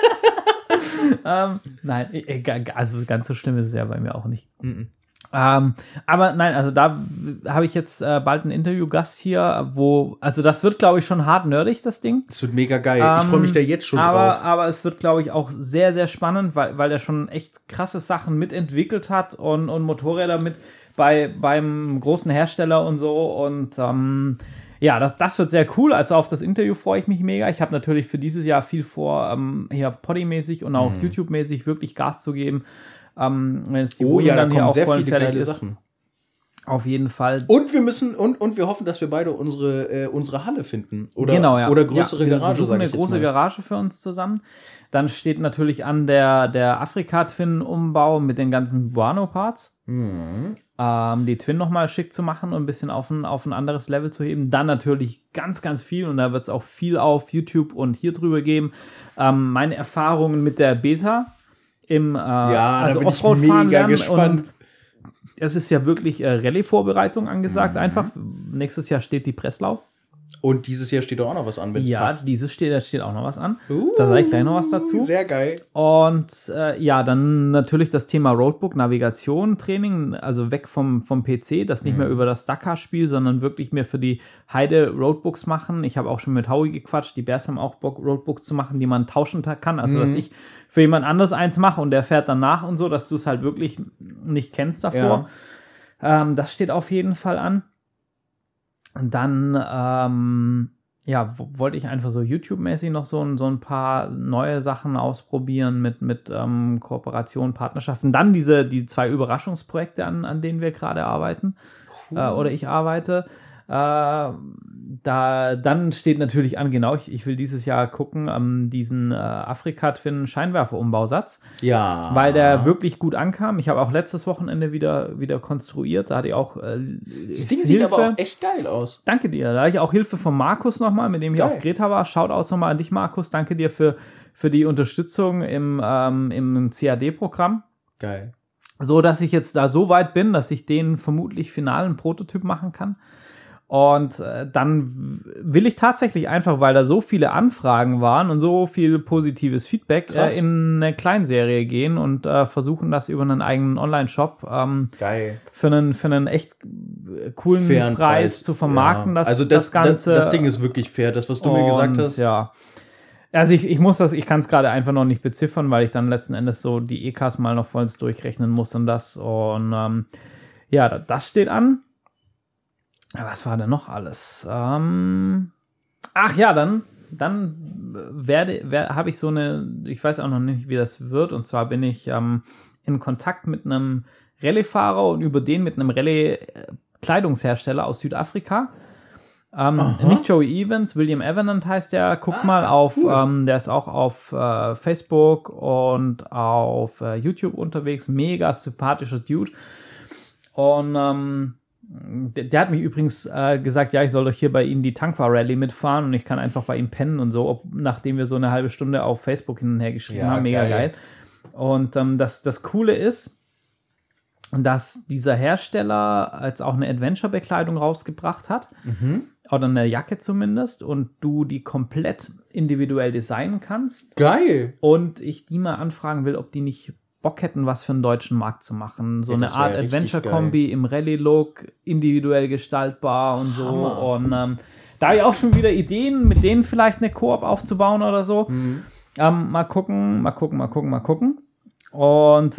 Nein, also ganz so schlimm ist es ja bei mir auch nicht. Aber nein, also da habe ich jetzt bald einen Interviewgast hier, also das wird, glaube ich, schon hart nerdig, das Ding.
Das wird mega geil. Ich freue mich da jetzt schon drauf.
Aber es wird, glaube ich, auch sehr, sehr spannend, weil der schon echt krasse Sachen mitentwickelt hat und Motorräder mit beim großen Hersteller und so. Und das wird sehr cool. Also auf das Interview freue ich mich mega. Ich habe natürlich für dieses Jahr viel vor, hier Poddy-mäßig und auch YouTube-mäßig wirklich Gas zu geben. Wenn es die
da dann kommen sehr viele geile Sachen.
Auf jeden Fall.
Und wir müssen und wir hoffen, dass wir beide unsere Halle finden oder größere Garage, sage ich jetzt mal.
Eine große Garage für uns zusammen. Dann steht natürlich an der Afrika-Twin-Umbau mit den ganzen Buano-Parts. Die Twin nochmal schick zu machen und ein bisschen auf ein anderes Level zu heben. Dann natürlich ganz, ganz viel und da wird es auch viel auf YouTube und hier drüber geben. Meine Erfahrungen mit der Beta
da bin ich mega gespannt.
Und es ist ja wirklich Rallye-Vorbereitung angesagt einfach. Nächstes Jahr steht die Breslau.
Und dieses Jahr steht auch noch was an, wenn es passt.
Ja, da steht auch noch was an. Da sage ich gleich noch was dazu.
Sehr geil.
Und dann natürlich das Thema Roadbook, Navigation, Training, also weg vom PC, das nicht mehr über das Dakar-Spiel, sondern wirklich mehr für die Heide Roadbooks machen. Ich habe auch schon mit Howie gequatscht, die Bears haben auch Bock, Roadbooks zu machen, die man tauschen kann. Also, dass ich für jemand anderes eins mache und der fährt dann nach und so, dass du es halt wirklich nicht kennst davor. Ja. Das steht auf jeden Fall an. Und dann, wollte ich einfach so YouTube-mäßig noch so ein paar neue Sachen ausprobieren mit Kooperationen, Partnerschaften. Dann die 2 Überraschungsprojekte, an denen wir gerade arbeiten. Cool. Oder ich arbeite. Dann steht natürlich an, genau, ich will dieses Jahr gucken, diesen Afrika-Twin-Scheinwerfer-Umbausatz.
Ja.
Weil der wirklich gut ankam. Ich habe auch letztes Wochenende wieder konstruiert. Da hatte ich auch
das Ding sieht aber auch echt geil aus.
Danke dir. Da hatte ich auch Hilfe von Markus nochmal, mit dem ich auf Greta war. Shoutout nochmal an dich, Markus. Danke dir für die Unterstützung im CAD-Programm.
Geil.
So, dass ich jetzt da so weit bin, dass ich den vermutlich finalen Prototyp machen kann. Und dann will ich tatsächlich einfach, weil da so viele Anfragen waren und so viel positives Feedback, in eine Kleinserie gehen und versuchen, das über einen eigenen Online-Shop für einen echt coolen
Fairen
Preis zu vermarkten.
Ja. Also das Ganze. Das Ding ist wirklich fair, das, was du mir gesagt hast.
Ja. Also ich kann es gerade einfach noch nicht beziffern, weil ich dann letzten Endes so die EKs mal noch vollends durchrechnen muss und das. Und das steht an. Was war denn noch alles? Dann habe ich so ich weiß auch noch nicht, wie das wird, und zwar bin ich in Kontakt mit einem Rallye-Fahrer und über den mit einem Rallye-Kleidungshersteller aus Südafrika. Nicht Joey Evans, William Evanant heißt der. Guck mal auf, cool. Der ist auch auf Facebook und auf YouTube unterwegs. Mega sympathischer Dude. Und der hat mich übrigens gesagt, ja, ich soll doch hier bei ihm die Tankwar-Rallye mitfahren und ich kann einfach bei ihm pennen und so, nachdem wir so eine halbe Stunde auf Facebook hin und her geschrieben haben. Mega geil. Und das Coole ist, dass dieser Hersteller jetzt auch eine Adventure-Bekleidung rausgebracht hat. Oder eine Jacke zumindest, und du die komplett individuell designen kannst.
Geil!
Und ich die mal anfragen will, ob die nicht Bock hätten, was für einen deutschen Markt zu machen. So eine Art Adventure-Kombi im Rallye-Look, individuell gestaltbar und so. Hammer. Und da habe ich auch schon wieder Ideen, mit denen vielleicht eine Koop aufzubauen oder so. Mal gucken. Und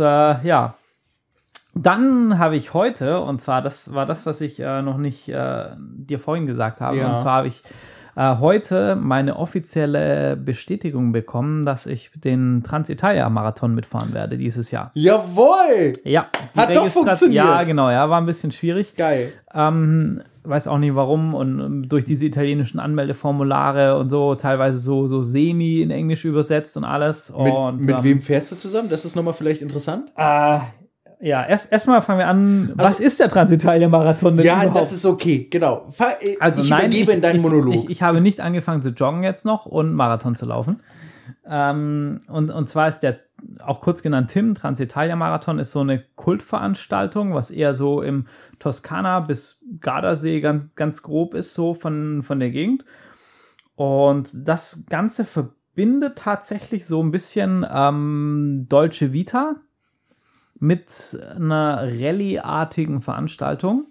dann habe ich heute, und zwar, das war das, was ich noch nicht dir vorhin gesagt habe, und zwar habe ich heute meine offizielle Bestätigung bekommen, dass ich den Transitalia-Marathon mitfahren werde dieses Jahr.
Jawohl!
Ja.
Hat doch funktioniert.
Ja, genau, war ein bisschen schwierig.
Geil.
Weiß auch nicht warum, und durch diese italienischen Anmeldeformulare und so, teilweise so semi in Englisch übersetzt und alles.
Mit wem fährst du zusammen? Das ist nochmal vielleicht interessant.
Ja, erstmal fangen wir an. Was ist der Transitalia-Marathon denn überhaupt?
Das ist okay, genau.
Ich
übergebe in deinen Monolog.
Ich habe nicht angefangen zu joggen jetzt noch und Marathon zu laufen. Und zwar ist der, auch kurz genannt TIM, Transitalia-Marathon, ist so eine Kultveranstaltung, was eher so im Toskana bis Gardasee ganz, ganz grob ist, so von der Gegend. Und das Ganze verbindet tatsächlich so ein bisschen Dolce Vita mit einer Rallye-artigen Veranstaltung.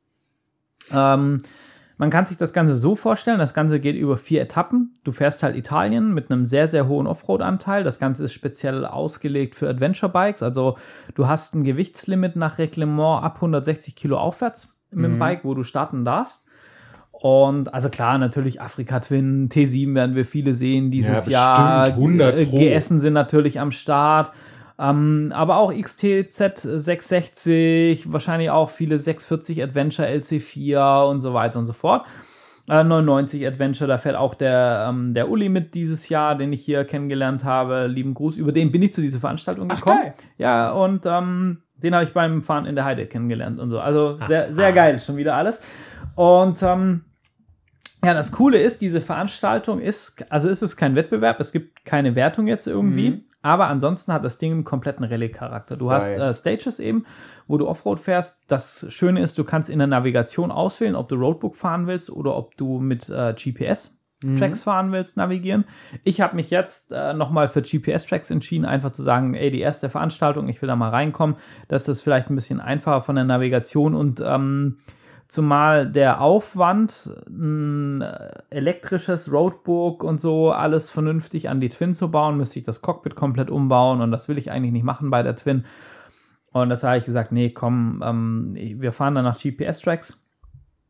Man kann sich das Ganze so vorstellen, das Ganze geht über 4 Etappen. Du fährst halt Italien mit einem sehr, sehr hohen Offroad-Anteil. Das Ganze ist speziell ausgelegt für Adventure-Bikes. Also du hast ein Gewichtslimit nach Reglement ab 160 Kilo aufwärts mit dem Bike, wo du starten darfst. Und also klar, natürlich Afrika Twin, T7 werden wir viele sehen dieses Jahr.
100 Pro.
GSen sind natürlich am Start. Aber auch XTZ 660, wahrscheinlich auch viele 640 Adventure LC4 und so weiter und so fort. 99 Adventure, da fährt auch der Uli mit dieses Jahr, den ich hier kennengelernt habe. Lieben Gruß, über den bin ich zu dieser Veranstaltung gekommen. Geil. Ja, und den habe ich beim Fahren in der Heide kennengelernt und so. Also sehr, sehr geil, schon wieder alles. Und das Coole ist, diese Veranstaltung ist es kein Wettbewerb, es gibt keine Wertung jetzt irgendwie, aber ansonsten hat das Ding einen kompletten Rallye-Charakter. Du hast Stages eben, wo du Offroad fährst. Das Schöne ist, du kannst in der Navigation auswählen, ob du Roadbook fahren willst oder ob du mit GPS-Tracks fahren willst, navigieren. Ich habe mich jetzt nochmal für GPS-Tracks entschieden, einfach zu sagen, die erste Veranstaltung, ich will da mal reinkommen. Das ist vielleicht ein bisschen einfacher von der Navigation und zumal der Aufwand, ein elektrisches Roadbook und so, alles vernünftig an die Twin zu bauen, müsste ich das Cockpit komplett umbauen und das will ich eigentlich nicht machen bei der Twin. Und das habe ich gesagt, nee, komm, wir fahren dann nach GPS-Tracks.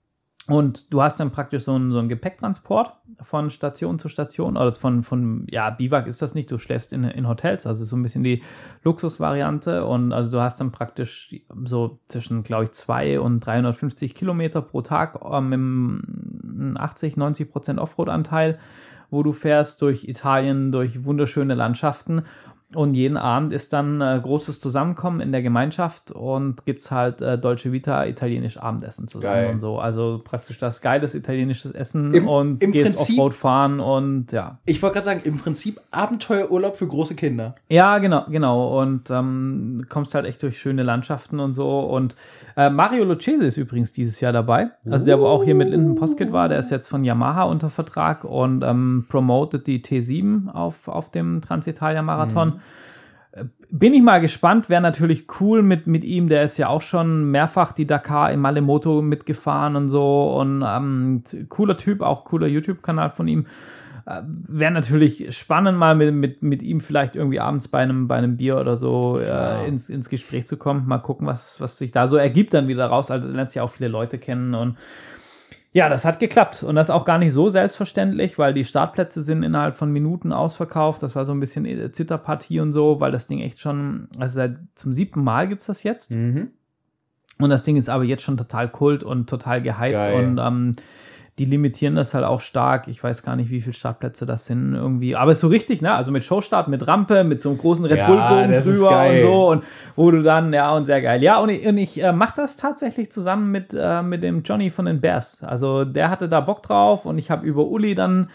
Und du hast dann praktisch so einen Gepäcktransport von Station zu Station oder Biwak ist das nicht, du schläfst in Hotels, also so ein bisschen die Luxusvariante und also du hast dann praktisch so zwischen, glaube ich, 200 und 350 Kilometer pro Tag mit einem 80-90% Offroad-Anteil, wo du fährst durch Italien, durch wunderschöne Landschaften. Und jeden Abend ist dann großes Zusammenkommen in der Gemeinschaft und gibt es halt Dolce Vita italienisch Abendessen zusammen. Geil. Und so. Also praktisch das geiles italienisches Essen und gehst Offroad fahren und ja.
Ich wollte gerade sagen, im Prinzip Abenteuerurlaub für große Kinder.
Ja, genau. Und kommst halt echt durch schöne Landschaften und so. Und Mario Lucchese ist übrigens dieses Jahr dabei. Also der, wo auch hier mit Linden Poskett war, der ist jetzt von Yamaha unter Vertrag und promotet die T7 auf dem Transitalia-Marathon. Bin ich mal gespannt, wäre natürlich cool mit ihm, der ist ja auch schon mehrfach die Dakar im Malemoto mitgefahren und so und cooler Typ, auch cooler YouTube-Kanal von ihm. Wäre natürlich spannend, mal mit ihm vielleicht irgendwie abends bei einem Bier oder so ins Gespräch zu kommen. Mal gucken, was sich da so ergibt dann wieder raus. Also lernt sich auch viele Leute kennen und ja, das hat geklappt. Und das ist auch gar nicht so selbstverständlich, weil die Startplätze sind innerhalb von Minuten ausverkauft. Das war so ein bisschen Zitterpartie und so, weil das Ding echt schon, also zum 7. Mal gibt es das jetzt. Mhm. Und das Ding ist aber jetzt schon total Kult und total gehypt. Geil. Und die limitieren das halt auch stark. Ich weiß gar nicht, wie viele Startplätze das sind irgendwie. Aber es ist so richtig, ne? Also mit Showstart, mit Rampe, mit so einem großen Red Bull-Bogen drüber und so. Und wo du dann, und sehr geil. Ja, und ich mache das tatsächlich zusammen mit dem Johnny von den Bears. Also der hatte da Bock drauf und ich habe über Uli dann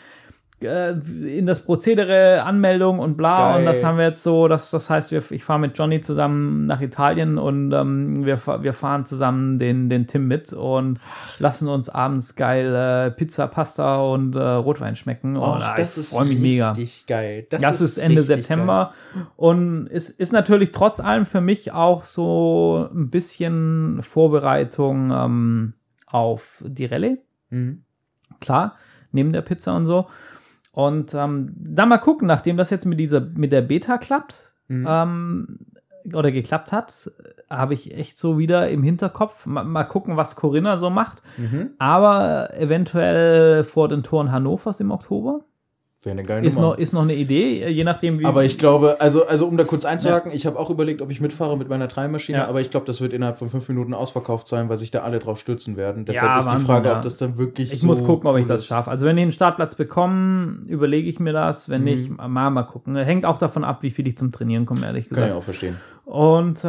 in das Prozedere Anmeldung und bla. Geil. Und das haben wir jetzt so, das heißt, ich fahre mit Johnny zusammen nach Italien und wir fahren zusammen den Tim mit und lassen uns abends geil Pizza, Pasta und Rotwein schmecken.
Och, und das ist freue mich mega. Richtig geil.
Das ist Ende September geil. Und es ist natürlich trotz allem für mich auch so ein bisschen Vorbereitung auf die Rallye. Mhm. Klar, neben der Pizza und so. Und dann mal gucken, nachdem das jetzt mit der Beta klappt, oder geklappt hat, habe ich echt so wieder im Hinterkopf, mal gucken, was Corinna so macht. Mhm. Aber eventuell vor den Toren Hannovers im Oktober.
Wäre eine geile Nummer.
Ist noch eine Idee, je nachdem wie...
Aber ich glaube, also um da kurz einzuhaken, ich habe auch überlegt, ob ich mitfahre mit meiner Treibenmaschine, aber ich glaube, das wird innerhalb von 5 Minuten ausverkauft sein, weil sich da alle drauf stürzen werden. Deshalb ist die Frage, ob das dann wirklich
Ich muss gucken, ob ich das schaffe. Also wenn ich einen Startplatz bekomme, überlege ich mir das. Wenn nicht, mal gucken. Hängt auch davon ab, wie viel ich zum Trainieren komme, ehrlich gesagt.
Kann ich auch verstehen.
Und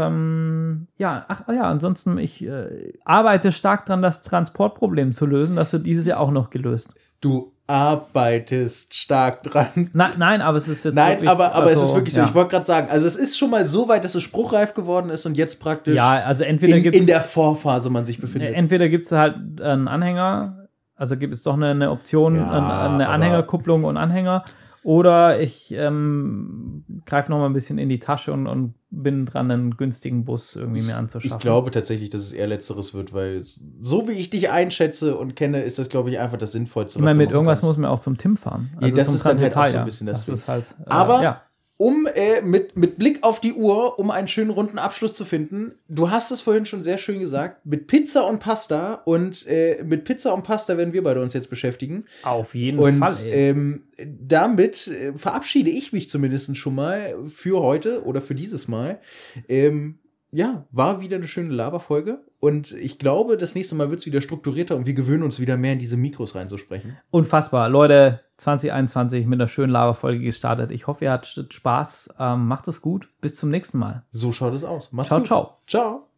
ansonsten, ich arbeite stark dran, das Transportproblem zu lösen. Das wird dieses Jahr auch noch gelöst.
Du arbeitest stark dran.
Nein, aber es ist jetzt
wirklich, aber es ist wirklich so. Ich wollte gerade sagen, also es ist schon mal so weit, dass es spruchreif geworden ist und jetzt praktisch
also entweder
in der Vorphase man sich befindet.
Entweder gibt es halt einen Anhänger, also gibt es doch eine Option, eine Anhängerkupplung und Anhänger, oder ich greife noch mal ein bisschen in die Tasche und bin dran, einen günstigen Bus irgendwie mir anzuschaffen.
Ich glaube tatsächlich, dass es eher Letzteres wird, weil so wie ich dich einschätze und kenne, ist das, glaube ich, einfach das Sinnvollste.
Ich meine, mit irgendwas muss man auch zum Tim fahren.
Also das ist dann halt auch so ein bisschen das. Aber mit Blick auf die Uhr, um einen schönen runden Abschluss zu finden, du hast es vorhin schon sehr schön gesagt, mit Pizza und Pasta und mit Pizza und Pasta werden wir beide uns jetzt beschäftigen.
Auf jeden Fall.
Und damit verabschiede ich mich zumindest schon mal für heute oder für dieses Mal. War wieder eine schöne Laberfolge und ich glaube, das nächste Mal wird es wieder strukturierter und wir gewöhnen uns wieder mehr in diese Mikros reinzusprechen.
Unfassbar. Leute, 2021 mit einer schönen Laberfolge gestartet. Ich hoffe, ihr hattet Spaß. Macht es gut. Bis zum nächsten Mal.
So schaut es aus. Macht's gut.
Ciao.
Ciao.